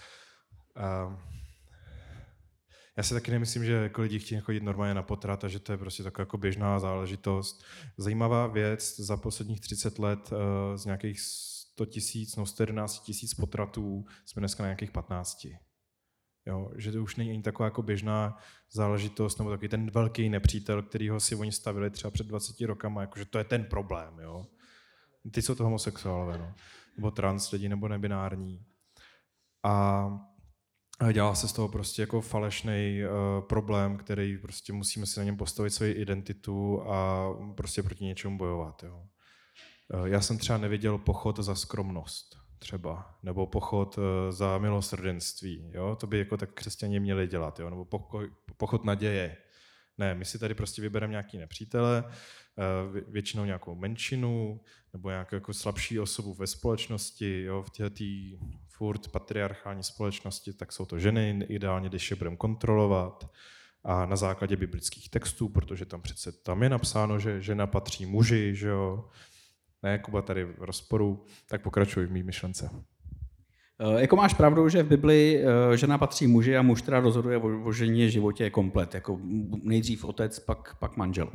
Já si taky nemyslím, že jako lidi chtějí chodit normálně na potrat a že to je prostě taková jako běžná záležitost. Zajímavá věc, za posledních 30 let z nějakých 100 000, 111 000 potratů jsme dneska na nějakých 15. Jo, že to už není ani taková jako běžná záležitost, nebo takový ten velký nepřítel, kterýho si oni stavili třeba před 20 rokama, jakože to je ten problém. Jo. Ty jsou to homosexuálové, no. Nebo trans lidi, nebo nebinární. A dělá se z toho prostě jako falešný problém, který prostě musíme si na něm postavit svoji identitu a prostě proti něčemu bojovat. Jo. Já jsem třeba neviděl pochod za skromnost. třeba, nebo pochod za milosrdenství. Jo? To by jako tak křesťané měli dělat, jo? Nebo pochod naděje. Ne, my si tady prostě vybereme nějaký nepřítele, většinou nějakou menšinu, nebo nějakou jako slabší osobu ve společnosti, jo? V této furt patriarchální společnosti, tak jsou to ženy, ideálně, když je budeme kontrolovat, a na základě biblických textů, protože tam je napsáno, že žena patří muži, že jo. Ne, Kuba tady v rozporu, tak pokračuj v mý myšlence. Jako máš pravdu, že v Bibli žena patří muži a muž teda rozhoduje o ženě životě je komplet. Jako nejdřív otec, pak manžel.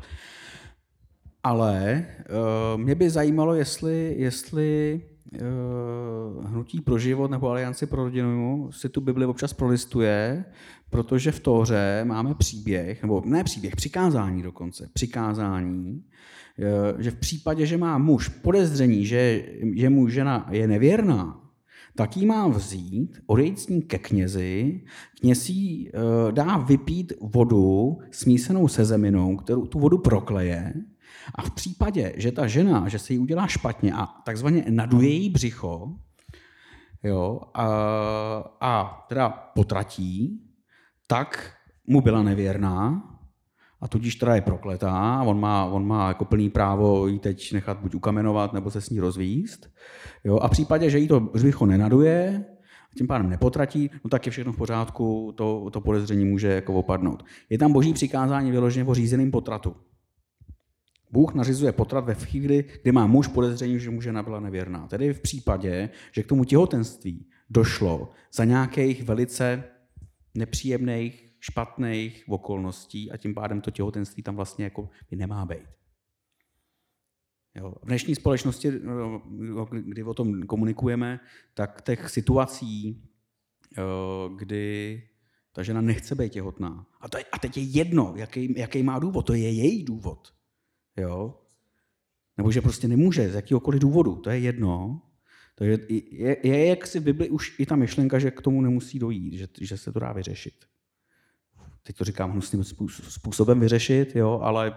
Ale mě by zajímalo, jestli Hnutí pro život nebo Alianci pro rodinu si tu Bibli občas prolistuje, protože v Tóře máme příběh, nebo ne příběh, přikázání dokonce, přikázání, že v případě, že má muž podezření, že mu žena je nevěrná, tak jí má vzít, odejít s ní ke knězi, kněz jí dá vypít vodu smísenou se zeminou, kterou tu vodu prokleje, a v případě, že ta žena, že se jí udělá špatně a takzvaně naduje její břicho, jo, a teda potratí, tak mu byla nevěrná a tudíž teda je prokletá. On má jako plný právo jí teď nechat buď ukamenovat, nebo se s ní rozvíst. Jo, a v případě, že jí to břicho nenaduje, a tím pádem nepotratí, no tak je všechno v pořádku, to podezření může jako opadnout. Je tam boží přikázání vyloženě o řízeném potratu. Bůh nařizuje potrat ve chvíli, kdy má muž podezření, že mu žena byla nevěrná. Tedy v případě, že k tomu těhotenství došlo za nějakých velice nepříjemných, špatných okolností a tím pádem to těhotenství tam vlastně jako nemá být. Jo. V dnešní společnosti, kdy o tom komunikujeme, tak těch situací, kdy ta žena nechce být těhotná. A teď je jedno, jaký má důvod, to je její důvod. Jo? Nebo že prostě nemůže z jakýhokoliv důvodu, to je jedno. To je jak si v Bibli už i ta myšlenka, že k tomu nemusí dojít, že se to dá vyřešit. Teď to říkám hnusným způsobem vyřešit, jo, ale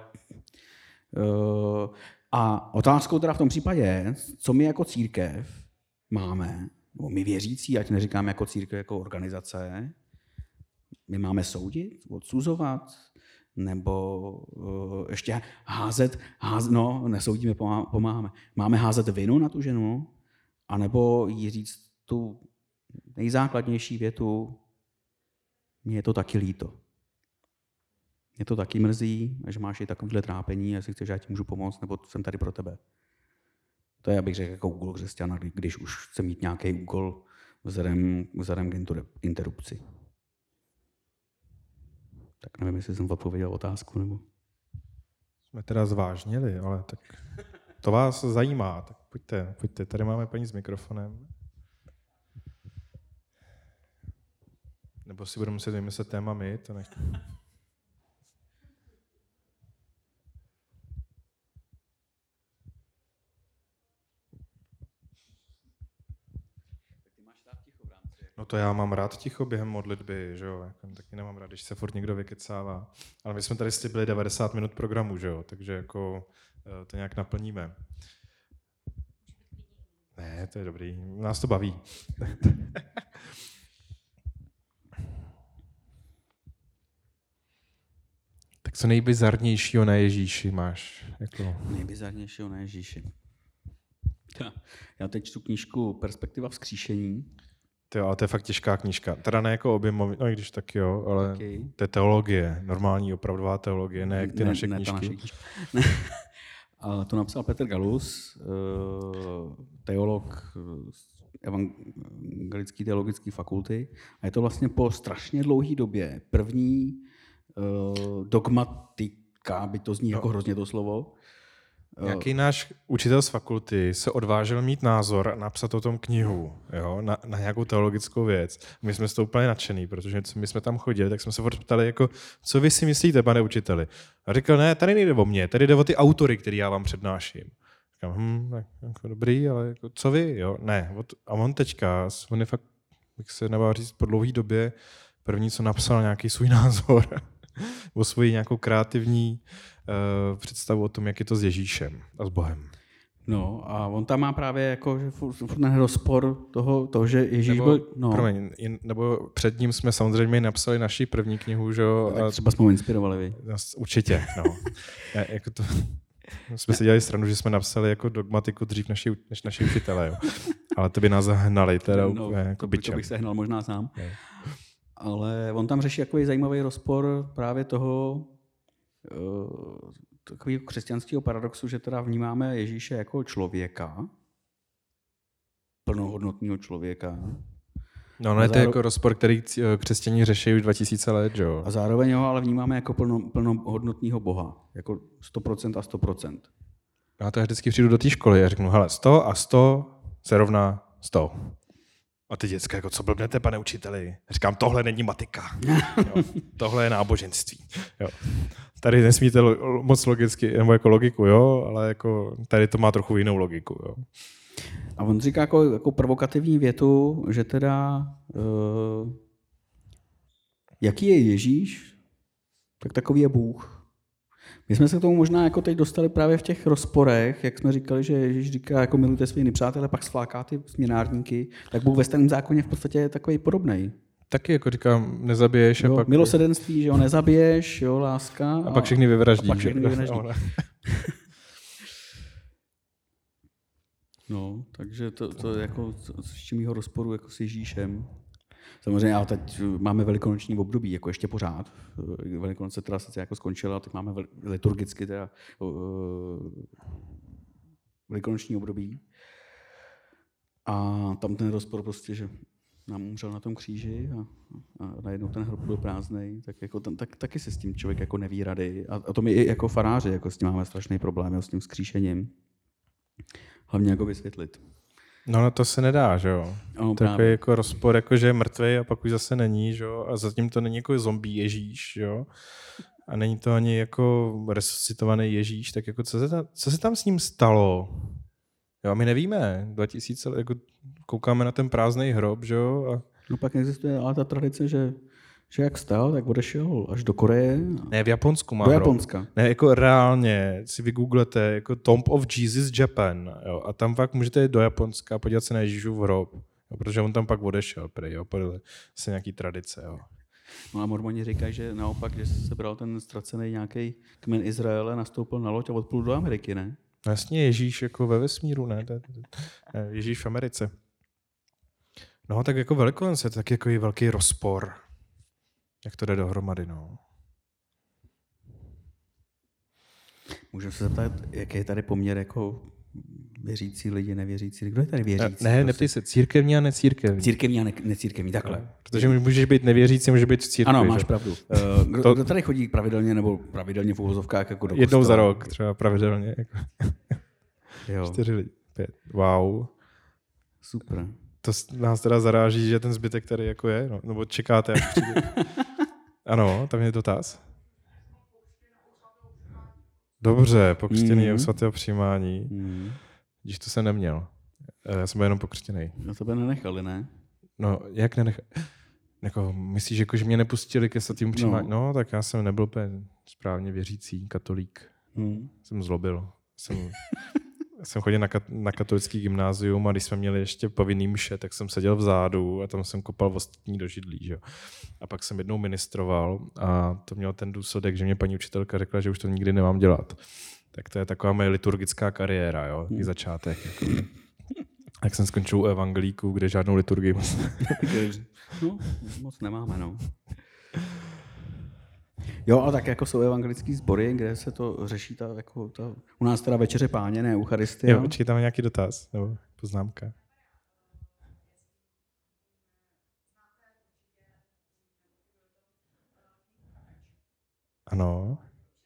a otázkou teda v tom případě je, co my jako církev máme, nebo my věřící, ať neříkám jako církev, jako organizace, my máme soudit, odsuzovat, nebo ještě házet, no, nesoudíme, pomáháme. Máme házet vinu na tu ženu, anebo jí říct tu nejzákladnější větu, mně je to taky líto. Mě to taky mrzí, že máš i takovýhle trápení, jestli chceš, já ti můžu pomoct, nebo jsem tady pro tebe. To je, abych řekl, jako úkol křesťana, když už chce mít nějaký úkol vzhledem k interrupci. Tak nevím, jestli jsem odpověděl otázku, nebo... Jsme teda zvážnili, ale tak to vás zajímá, tak pojďte. Tady máme paní s mikrofonem. Nebo si budeme muset vymyslet téma my, to nechci. No to já mám rád ticho během modlitby, že jo, jako taky nemám rád, když se furt někdo vykecává. Ale my jsme tady slibili 90 minut programu, že jo, takže jako to nějak naplníme. Ne, to je dobrý, nás to baví. Tak co nejbizarnějšího na Ježíši máš? Jako... Nejbizarnějšího na Ježíši. Já teď čtu knížku Perspektiva vzkříšení. Ale to je fakt těžká knížka. Teda ne jako objemový, no i když tak jo, ale okay. To je teologie, normální opravdová teologie, ne jak ty naše knížky. A to napsal Petr Galus, teolog Evangelické teologické fakulty. A je to vlastně po strašně dlouhé době první dogmatika, byť to zní jako hrozně to slovo. Nějaký náš učitel z fakulty se odvážil mít názor a napsat o tom knihu, jo, na nějakou teologickou věc. My jsme z toho úplně nadšený, protože my jsme tam chodili, tak jsme se ptali, jako, co vy si myslíte, pane učiteli? A říkal, ne, tady nejde o mě, tady jde o ty autory, který já vám přednáším. Říkám, tak, jako dobrý, ale jako, co vy? Jo, ne. A on teďka, on je fakt, jak se nebá říct, po dlouhé době první, co napsal nějaký svůj názor o svoji nějakou kreativní představu o tom, jak je to s Ježíšem a s Bohem. No a on tam má právě jako, že furt ten rozpor toho, že Ježíš byl... No. Promiň, nebo před ním jsme samozřejmě napsali naši první knihu, že jo? Tak třeba jsme ho inspirovali, vy. Určitě, no. Jako to, jsme si dělali stranu, že jsme napsali jako dogmatiku dřív než naši učitelé, jo. Ale to by nás zahnali teda úplně jako bičem. To bych se hnal možná sám. No. Ale on tam řeší takový zajímavý rozpor právě toho takového křesťanského paradoxu, že teda vnímáme Ježíše jako člověka, plnohodnotného člověka. No, no je to jako rozpor, který křesťané řeší už 2000 let, jo. A zároveň ho ale vnímáme jako plnohodnotného Boha, jako 100% a 100%. Já to vždycky přijdu do té školy a řeknu, hele, 100 a 100 se rovná 100. A ty děcka, jako co blbnete, pane učiteli? Říkám, tohle není matika. Jo. Tohle je náboženství. Jo. Tady nesmíte moc logicky, nebo jako logiku, jo, ale jako tady to má trochu jinou logiku. Jo. A on říká jako provokativní větu, že teda jaký je Ježíš, tak takový je Bůh. My jsme se k tomu možná jako teď dostali právě v těch rozporech, jak jsme říkali, že Ježíš říká, jako milujte svý nepřátele, pak sfláká ty směnárníky, tak Bůh ve Starém zákoně v podstatě je takový podobnej. Taky jako říkám, nezabiješ. Jo, a pak... Milosedenství, že jo, nezabiješ, jo, láska. A pak všechny vyvraždíš. No, takže to jako z čimýho rozporu jako s Ježíšem. Samozřejmě, ale teď máme velikonoční období, jako ještě pořád. Velikonoce teda sice jako skončila, tak máme liturgicky teda velikonoční období. A tam ten rozpor prostě, že nám umřel na tom kříži a najednou ten hrob byl prázdnej, tak jako taky se s tím člověk jako neví rady. A to my i jako faráři, jako s tím máme strašný problém, s tím vzkříšením. Hlavně jako vysvětlit. No, to se nedá, že jo. Takový jako rozpor, jako že je mrtvej a pak už zase není, že jo. A zatím to není jako zombie Ježíš, jo. A není to ani jako resuscitovaný Ježíš, tak jako co se tam s ním stalo? Jo, my nevíme. 2000, jako koukáme na ten prázdný hrob, že jo. A... No pak existuje ale ta tradice, že jak vstal, tak odešel až do Koreje. Ne, v Japonsku má do Japonska. Hrob. Ne, jako reálně si vygooglete jako Tomb of Jesus Japan, jo, a tam pak můžete jít do Japonska a podívat se na Ježíšův hrob, jo, protože on tam pak odešel, podle se nějaký tradice, jo. No a mormoni říkají, že naopak, že se bral ten ztracený nějaký kmen Izraele, nastoupil na loď a odplul do Ameriky, ne? No jasně, Ježíš jako ve vesmíru, ne? Ježíš v Americe. No tak jako Velikonoce, tak jako je velký rozpor. Jak to jde dohromady, no. Můžu se zeptat, jaký je tady poměr jako věřící lidi, nevěřící lidi? Kdo je tady věřící? Ne, neptej se, církevní a necírkevní. Církevní a necírkevní, takhle. Ne, protože můžeš být nevěřící, může být v církvi. Ano, máš pravdu. Kdo tady chodí pravidelně nebo pravidelně v uvozovkách jako do kostela? Jednou za rok třeba pravidelně. Jako. Jo. 4 lidi, 5. Wow. Super. To nás teda zaráží, že ten zbytek tady jako je, no, nebo čekáte, až přijde. Ano, tam je dotaz. Dobře, pokřtěný u svatého přijímání. Když to jsem neměl. Já jsem byl jenom pokřtěný. Na tebe nenechali, ne? No, jak nenechali? Jako, myslíš, jako, že mě nepustili ke svatému přijímání? No, tak já jsem nebyl správně věřící katolík. Jsem zlobil. Jsem chodil na katolický gymnázium a když jsme měli ještě povinný mše, tak jsem seděl vzadu a tam jsem kopal ostatní do židlí. Že? A pak jsem jednou ministroval a to mělo ten důsledek, že mě paní učitelka řekla, že už to nikdy nemám dělat. Tak to je taková moje liturgická kariéra, jo? I začátek. Jako. Tak jsem skončil u evangelíků, kde žádnou liturgii moc. No, moc nemáme, no. Jo, ale tak jako jsou evangelický sbory, kde se to řeší u nás teda večeře Páně, ne Eucharistia. Jo, počkej, tam je nějaký dotaz nebo poznámka. Ano.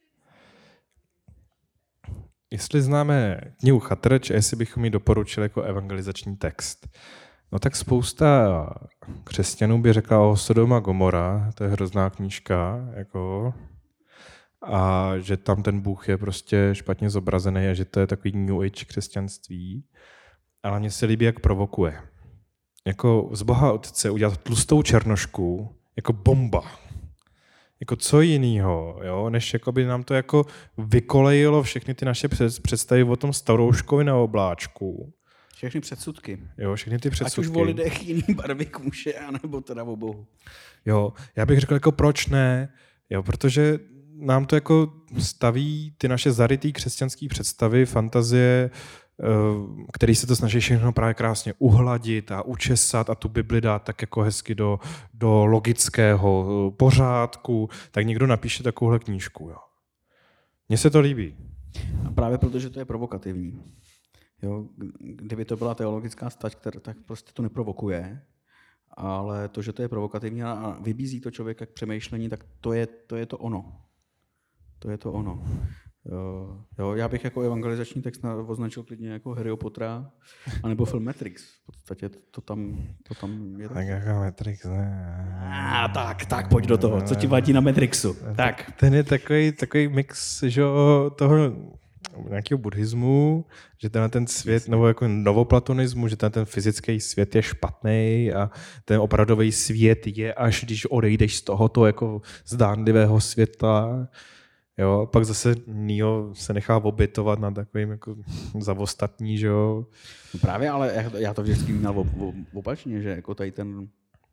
Jestli známe knihu Chatrč a jestli bychom ji doporučili jako evangelizační text. No tak spousta křesťanů by řekla o Sodoma a Gomora, to je hrozná knížka, jako, a že tam ten Bůh je prostě špatně zobrazený a že to je takový New Age křesťanství. Ale mně se líbí, jak provokuje. Jako z Boha Otce udělat tlustou černošku jako bomba. Jako co jinýho, jo, než jakoby nám to jako vykolejilo všechny ty naše představy o tom starouškovi na obláčku. Všechny předsudky. Jo, všechny ty předsudky. Ať už o lidech jiný barvy kůže, anebo teda o Bohu. Jo, já bych řekl jako proč ne, jo, protože nám to jako staví ty naše zarytý křesťanské představy, fantazie, který se to snaží všechno právě krásně uhladit a učesat a tu Bibli dát tak jako hezky do logického pořádku, tak někdo napíše takovouhle knížku. Jo. Mně se to líbí. A právě protože to je provokativní. Jo, kdyby to byla teologická stať, tak prostě to neprovokuje, ale to, že to je provokativní a vybízí to člověka k přemýšlení, tak to je to ono. To je to ono. Jo, já bych jako evangelizační text označil klidně jako Harryho Pottera, anebo film Matrix. V podstatě to tam je tak jako Matrix, ne. Tak, pojď do toho. Co ti vadí na Matrixu? Tak. Ten je takový mix, že toho nějakého buddhismu, že ten svět, nebo jako novoplatonismu, že ten fyzický svět je špatný a ten opravdový svět je, až když odejdeš z tohoto jako zdánlivého světla. Jo, pak zase Neo se nechá obětovat na takovým jako za ostatní, že jo. No právě, ale já to vždycky měl opačně, že jako tady ten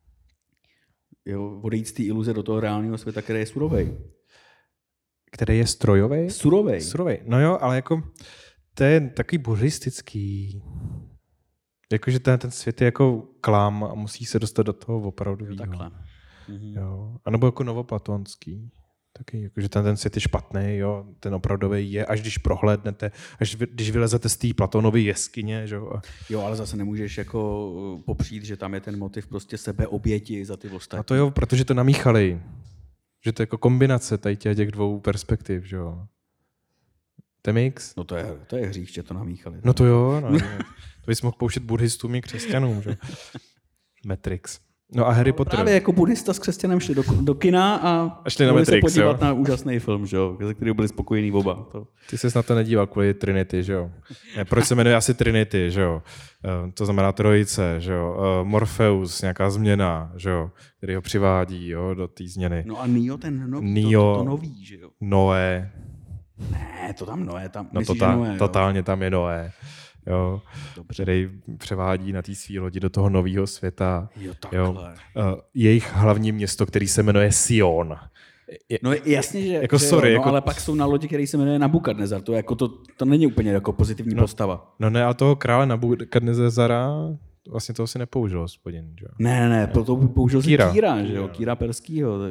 odejít z té iluze do toho reálného světa, který je surovej. Který je strojový? Surovej. No jo, ale jako to je takový buddhistický. Jakože ten svět je jako klam a musí se dostat do toho opravdového. Takhle. Jo. A nebo jako novoplatonský. Taky, jakože ten svět je špatný, jo, ten opravdový je, až když prohlédnete, když vylezete z té Platonovy jeskyně. Že? Jo, ale zase nemůžeš jako popřít, že tam je ten motiv prostě sebeoběti za ty ostatní. A to jo, protože to namíchali. Že to je jako kombinace tady těch dvou perspektiv, že jo. To je mix. No to je hřích, že to namíchali. No to jo, no. To bys mohl pouštět buddhistům i křesťanům, že? Matrix. No a Harry Potter. Právě jako buddhista s křesťanem šli do kina a šli na Matrix, se podívat jo? na úžasný film, že jo, ze kterého byli spokojení oba. Ty ses na to nedíval kvůli Trinity, že jo? Ne, proč se jmenuje asi Trinity, že jo? To znamená trojice, že jo? Morpheus, nějaká změna, že jo? Který ho přivádí, jo, do té změny. No a Neo ten nový, to nový, že jo? Noé. Ne, to tam Noé, tam No myslíš, že Noé, totálně tam je Noé. Jo, který převádí na té svý lodi do toho nového světa. Jo, takhle. Jejich hlavní město, který se jmenuje Sion. No jasně, že, jako že sorry, jo, jako... no, ale pak jsou na lodi, který se jmenuje Nabukadnezar. To, jako to není úplně jako pozitivní postava. No ne, ale toho krále Nabukadnezara vlastně toho si nepoužil Hospodin. Že? Ne, to použil si Kýra, že jo? Kýra Perskýho.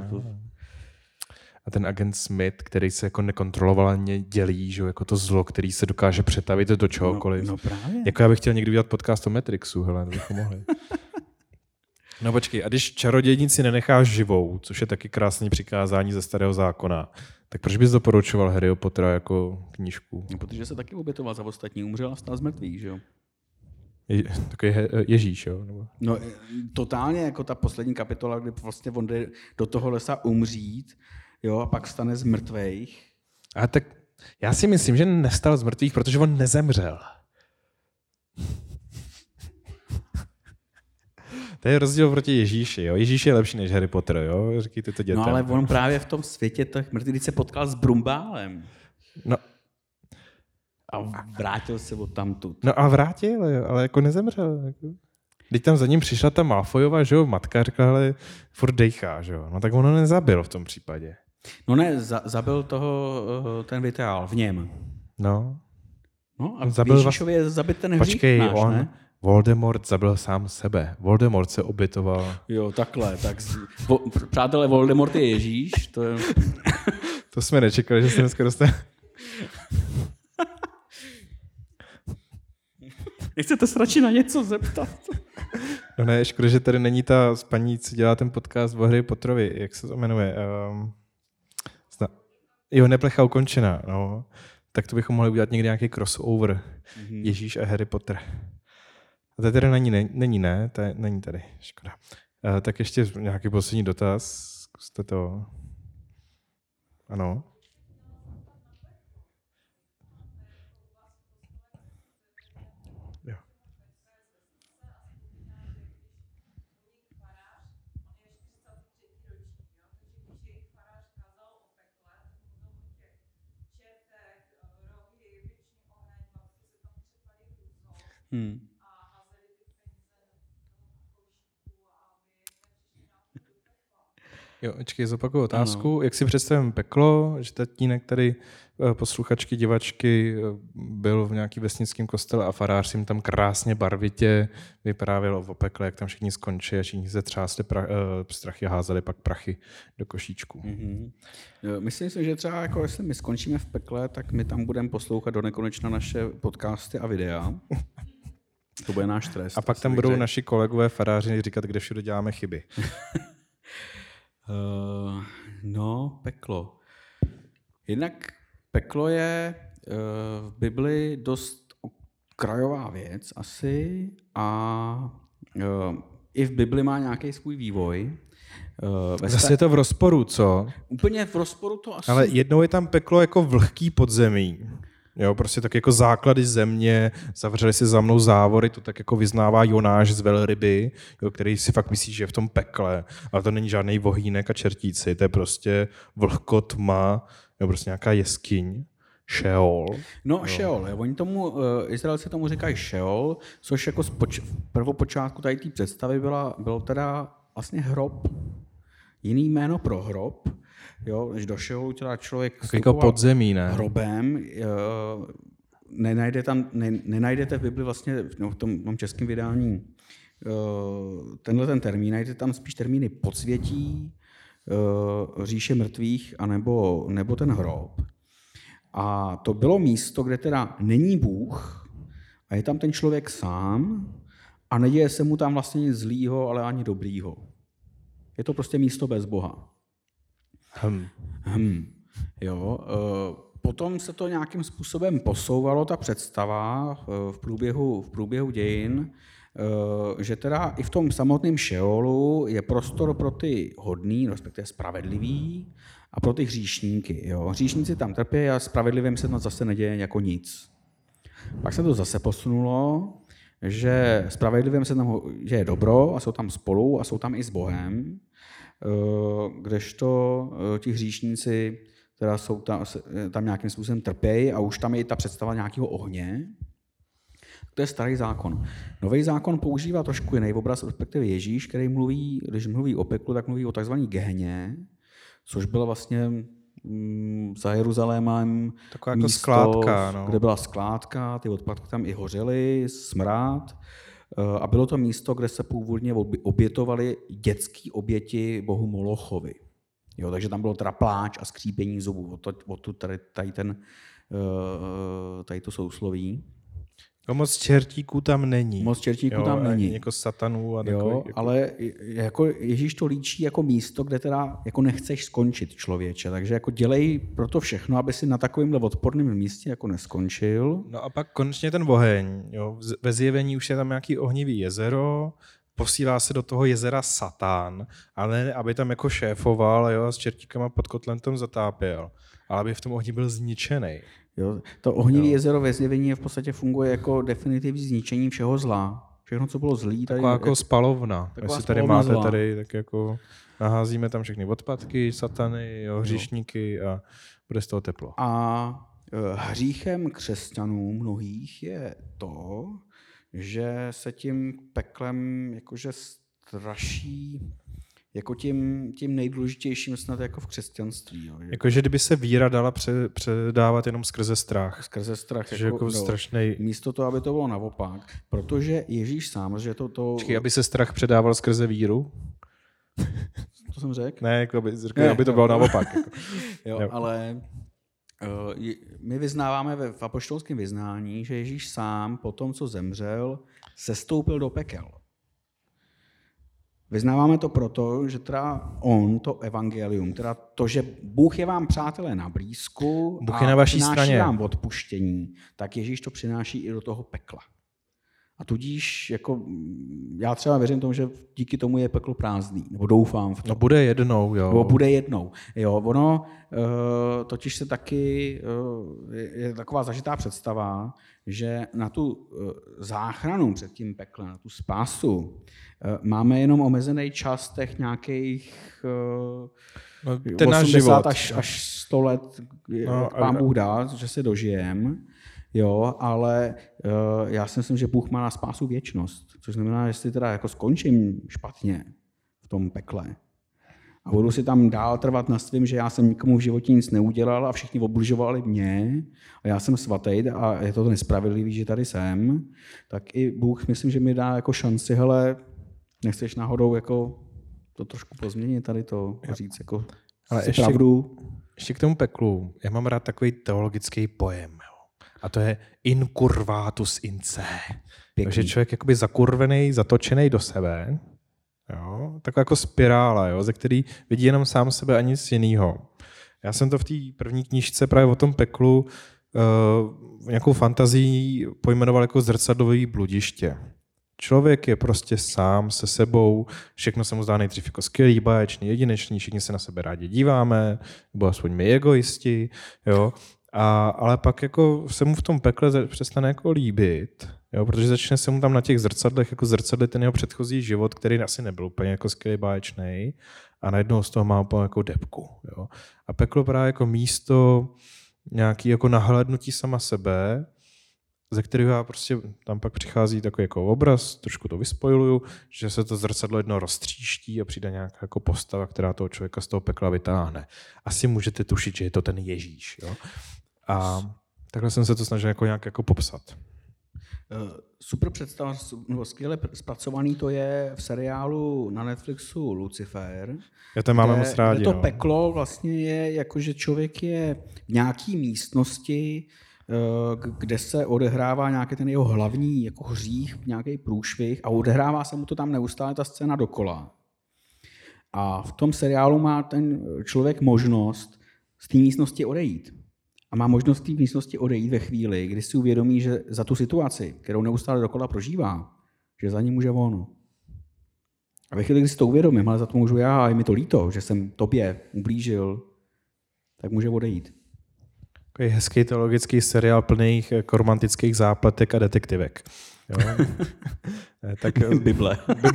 A ten agent Smith, který se jako nekontrolovaně dělí, že jako to zlo, který se dokáže přetavit do čehokoliv. No právě. Jako já bych chtěl někdy udělat podcast o Matrixu, hele, to bychom mohli. No počkej, a když čarodějnici nenecháš živou, což je taky krásný přikázání ze Starého zákona, tak proč bys doporučoval Harryho Pottera jako knížku? No, protože se taky obětoval za ostatní, umřel a vstal z mrtvých, že jo? Takový Ježíš, jo? Nebo... No totálně, jako ta poslední kapitola, kdy vlastně on jde do toho lesa umřít, jo, a pak vstane z mrtvejch. A tak já si myslím, že nestal z mrtvých, protože on nezemřel. To je rozdíl proti Ježíši. Jo? Ježíš je lepší než Harry Potter, jo? Říkejte to dětem. No ale on právě v tom světě těch mrtvých se potkal s Brumbálem. No. A vrátil se odtamtud. No a vrátil, jo, ale jako nezemřel. Jako. Když tam za ním přišla ta Malfoyova, že jo, matka řekla, hele, furt dejchá, že jo. No tak ono nezabil v tom případě. No ne, zabil toho, ten Vitaal v něm. No. No a v Ježíšově je zabit ten hřích. Počkej, náš, on, ne? Voldemort zabil sám sebe. Voldemort se obětoval. Jo, takhle. Tak přátelé, Voldemort je Ježíš. To je... To jsme nečekali, že se dneska dostane. Nechcete se radši na něco zeptat? No ne, škoda, že tady není ta paní, co dělá ten podcast o Harry Potterovi. Jak se to jmenuje? Jo, Neplecha ukončená. No. Tak to bychom mohli udělat někdy nějaký crossover. Ježíš a Harry Potter. A to tady není, ne? To není tady. Škoda. Tak ještě nějaký poslední dotaz. Zkuste to. Ano. Jo. Jo, počkej, zopakuju otázku. Ano. Jak si představím peklo, že tatínek tady posluchačky, divačky byl v nějaký vesnickém kostele a farář jim tam krásně barvitě vyprávěl o pekle, jak tam všichni skončí a všichni se třásli strachy a házeli pak prachy do košíčku. Mm-hmm. Myslím si, že třeba jako jestli my skončíme v pekle, tak my tam budeme poslouchat do nekonečna naše podcasty a videa. To bude náš trest. A pak tam budou naši kolegové faráři říkat, kde všude děláme chyby. No, peklo. Jednak peklo je v Bibli dost okrajová věc asi a i v Bibli má nějaký svůj vývoj. Zase je to v rozporu, co? Úplně v rozporu to asi. Ale jednou je tam peklo jako vlhký podzemí. Jo, prostě tak jako základy země, zavřeli si za mnou závory, to tak jako vyznává Jonáš z velryby, jo, který si fakt myslí, že je v tom pekle, ale to není žádný vohýnek a čertíci, to je prostě vlhko, tma, jo, prostě nějaká jeskyň, Šeol. No, Šeol, oni tomu, Izraelci tomu říkají Šeol, což jako v prvopočátku tady té představy byl teda vlastně hrob, jiný jméno pro hrob. Jo, než do Šeolu teda člověk jako podzemí, ne? Hrobem. Nenajdete v Bibli vlastně v tom českém vydání tenhle ten termín, najdete tam spíš termíny podsvětí, říše mrtvých nebo ten hrob. A to bylo místo, kde teda není Bůh a je tam ten člověk sám a neděje se mu tam vlastně nic zlýho, ale ani dobrýho. Je to prostě místo bez Boha. Jo, potom se to nějakým způsobem posouvalo, ta představa v průběhu dějin, že teda i v tom samotném Šeolu je prostor pro ty hodný, respektive spravedlivý, a pro ty hříšníky. Jo. Hříšníci tam trpí a spravedlivým se tam zase neděje jako nic. Pak se to zase posunulo, že spravedlivým se tam, že je dobro a jsou tam spolu a jsou tam i s Bohem, kdežto ti hříšníci teda jsou tam nějakým způsobem trpějí a už tam je ta představa nějakého ohně. To je starý zákon. Nový zákon používá trošku jiný obraz, respektive Ježíš, který mluví, když mluví o peklu, tak mluví o takzvané Geheně, což byla vlastně za Jeruzalémem taková místo, jako skládka, no. Kde byla skládka, ty odpadky tam i hořely, smrad. A bylo to místo, kde se původně obětovaly dětské oběti bohu Molochovi. Jo, takže tam bylo teda pláč a skřípění zubů. Tady to sousloví. Moc čertíků tam není. Moc čertíků tam není. Jako satanů a takový. Jo, ale jako Ježíš to líčí jako místo, kde teda jako nechceš skončit, člověče. Takže jako dělej pro to všechno, aby si na takovémhle odporném místě jako neskončil. No a pak konečně ten oheň. Jo. Ve Zjevení už je tam nějaký ohnivý jezero, posílá se do toho jezera Satan, ale ne, aby tam jako šéfoval, jo, a s čertíkama pod kotlem tam zatápěl, ale aby v tom ohni byl zničený. Jo, to ohnivý jezero ve Zjevení v podstatě funguje jako definitivní zničení všeho zla. Všechno, co bylo zlý. Taková jako spalovna. Jestli tady máte tady, tak jako naházíme tam všechny odpadky, satany, jo, hříšníky a bude z toho teplo. A hříchem křesťanů mnohých je to, že se tím peklem jakože straší jako tím nejdůležitějším snad jako v křesťanství. Jo. Jakože kdyby se víra dala předávat jenom skrze strach. Skrze strach. Jako strašnej... Místo toho, aby to bylo naopak. Protože Ježíš sám, že to... Počkej, aby se strach předával skrze víru? To jsem řekl? Ne, jako aby to bylo naopak. Jako. Jo, ale my vyznáváme v apoštolském vyznání, že Ježíš sám po tom, co zemřel, sestoupil do pekel. Vyznáváme to proto, že teda to evangelium, teda to, že Bůh je vám, přátelé, na blízku Bůh je na vaší straně. Vám odpuštění, tak Ježíš to přináší i do toho pekla. A tudíž, jako, já třeba věřím tomu, že díky tomu je peklo prázdný, nebo doufám v to. No bude jednou, jo. Nebo bude jednou. Jo, ono totiž se taky, je taková zažitá představa, že na tu záchranu před tím peklem, na tu spásu, máme jenom omezený čas těch nějakých ten náš 80 život. až 100 let, Pán Bůh dá, že se dožijem, jo, ale já si myslím, že Bůh má na spásu věčnost, což znamená, že jestli teda jako skončím špatně v tom pekle a budu si tam dál trvat na svým, že já jsem nikomu v životě nic neudělal a všichni obližovali mě a já jsem svatý a je to nespravedlivý, že tady jsem, tak i Bůh myslím, že mi dá jako šanci, hele, nechceš náhodou jako to trošku pozměnit tady to a říct jako ale pravdu. Ještě k tomu peklu. Já mám rád takový teologický pojem. Jo. A to je incurvatus in se. Takže člověk jakoby zakurvený, zatočený do sebe. Jo. Taková jako spirála, jo, ze který vidí jenom sám sebe a nic jiného. Já jsem to v té první knížce právě o tom peklu nějakou fantazii pojmenoval jako zrcadlový bludiště. Člověk je prostě sám se sebou, všechno se mu zdá nejdřív jako skvělý, báječný, jedinečný, všichni se na sebe rádi díváme, nebo aspoň my egoisti, jo. Ale pak jako se mu v tom pekle přestane jako líbit, jo, protože začne se mu tam na těch zrcadlech jako zrcadlit ten jeho předchozí život, který asi nebyl úplně jako skvělý, báječný, a najednou z toho má úplně jako depku. Jo. A peklo právě jako místo nějaký jako nahlédnutí sama sebe, ze kterého já prostě tam pak přichází takový jako obraz, trošku to vyspojuju, že se to zrcadlo jedno roztříští a přijde nějaká jako postava, která toho člověka z toho pekla vytáhne. Asi můžete tušit, že je to ten Ježíš. Jo? A takhle jsem se to snažil jako nějak jako popsat. Super představa, nebo skvěle zpracovaný to je v seriálu na Netflixu Lucifer. Já to máme moc rádi. To peklo vlastně je jako, že člověk je v nějaký místnosti, kde se odehrává nějaký ten jeho hlavní jako hřích, nějaký průšvih a odehrává se mu to tam neustále ta scéna dokola. A v tom seriálu má ten člověk možnost z té místnosti odejít. A má možnost z té místnosti odejít ve chvíli, kdy si uvědomí, že za tu situaci, kterou neustále dokola prožívá, že za ní může on. A ve chvíli, kdy si to uvědomím, ale za to můžu já a je mi to líto, že jsem tobě ublížil, tak může odejít. Takový hezký teologický seriál plný romantických zápletek a detektivek. Jo? Tak, Bible.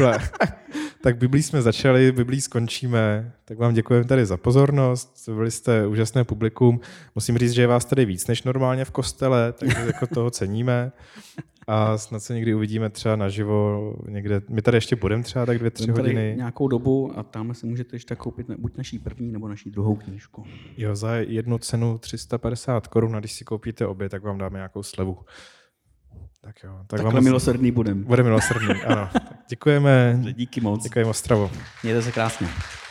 Tak Biblí jsme začali, Biblí skončíme. Tak vám děkujeme tady za pozornost. Byli jste úžasné publikum. Musím říct, že je vás tady víc než normálně v kostele, takže jako toho ceníme. A snad se někdy uvidíme třeba naživo někde. My tady ještě budeme třeba tak 2-3 hodiny. Nějakou dobu a tam si můžete ještě koupit buď naší první nebo naší druhou knížku. Jo, za jednu cenu 350 korun, a když si koupíte obě, tak vám dáme nějakou slevu. Tak jo. Takhle milosrdný budeme. Bude milosrdný, ano. Tak děkujeme. Díky moc. Děkujeme Ostravo. Mějte se krásně.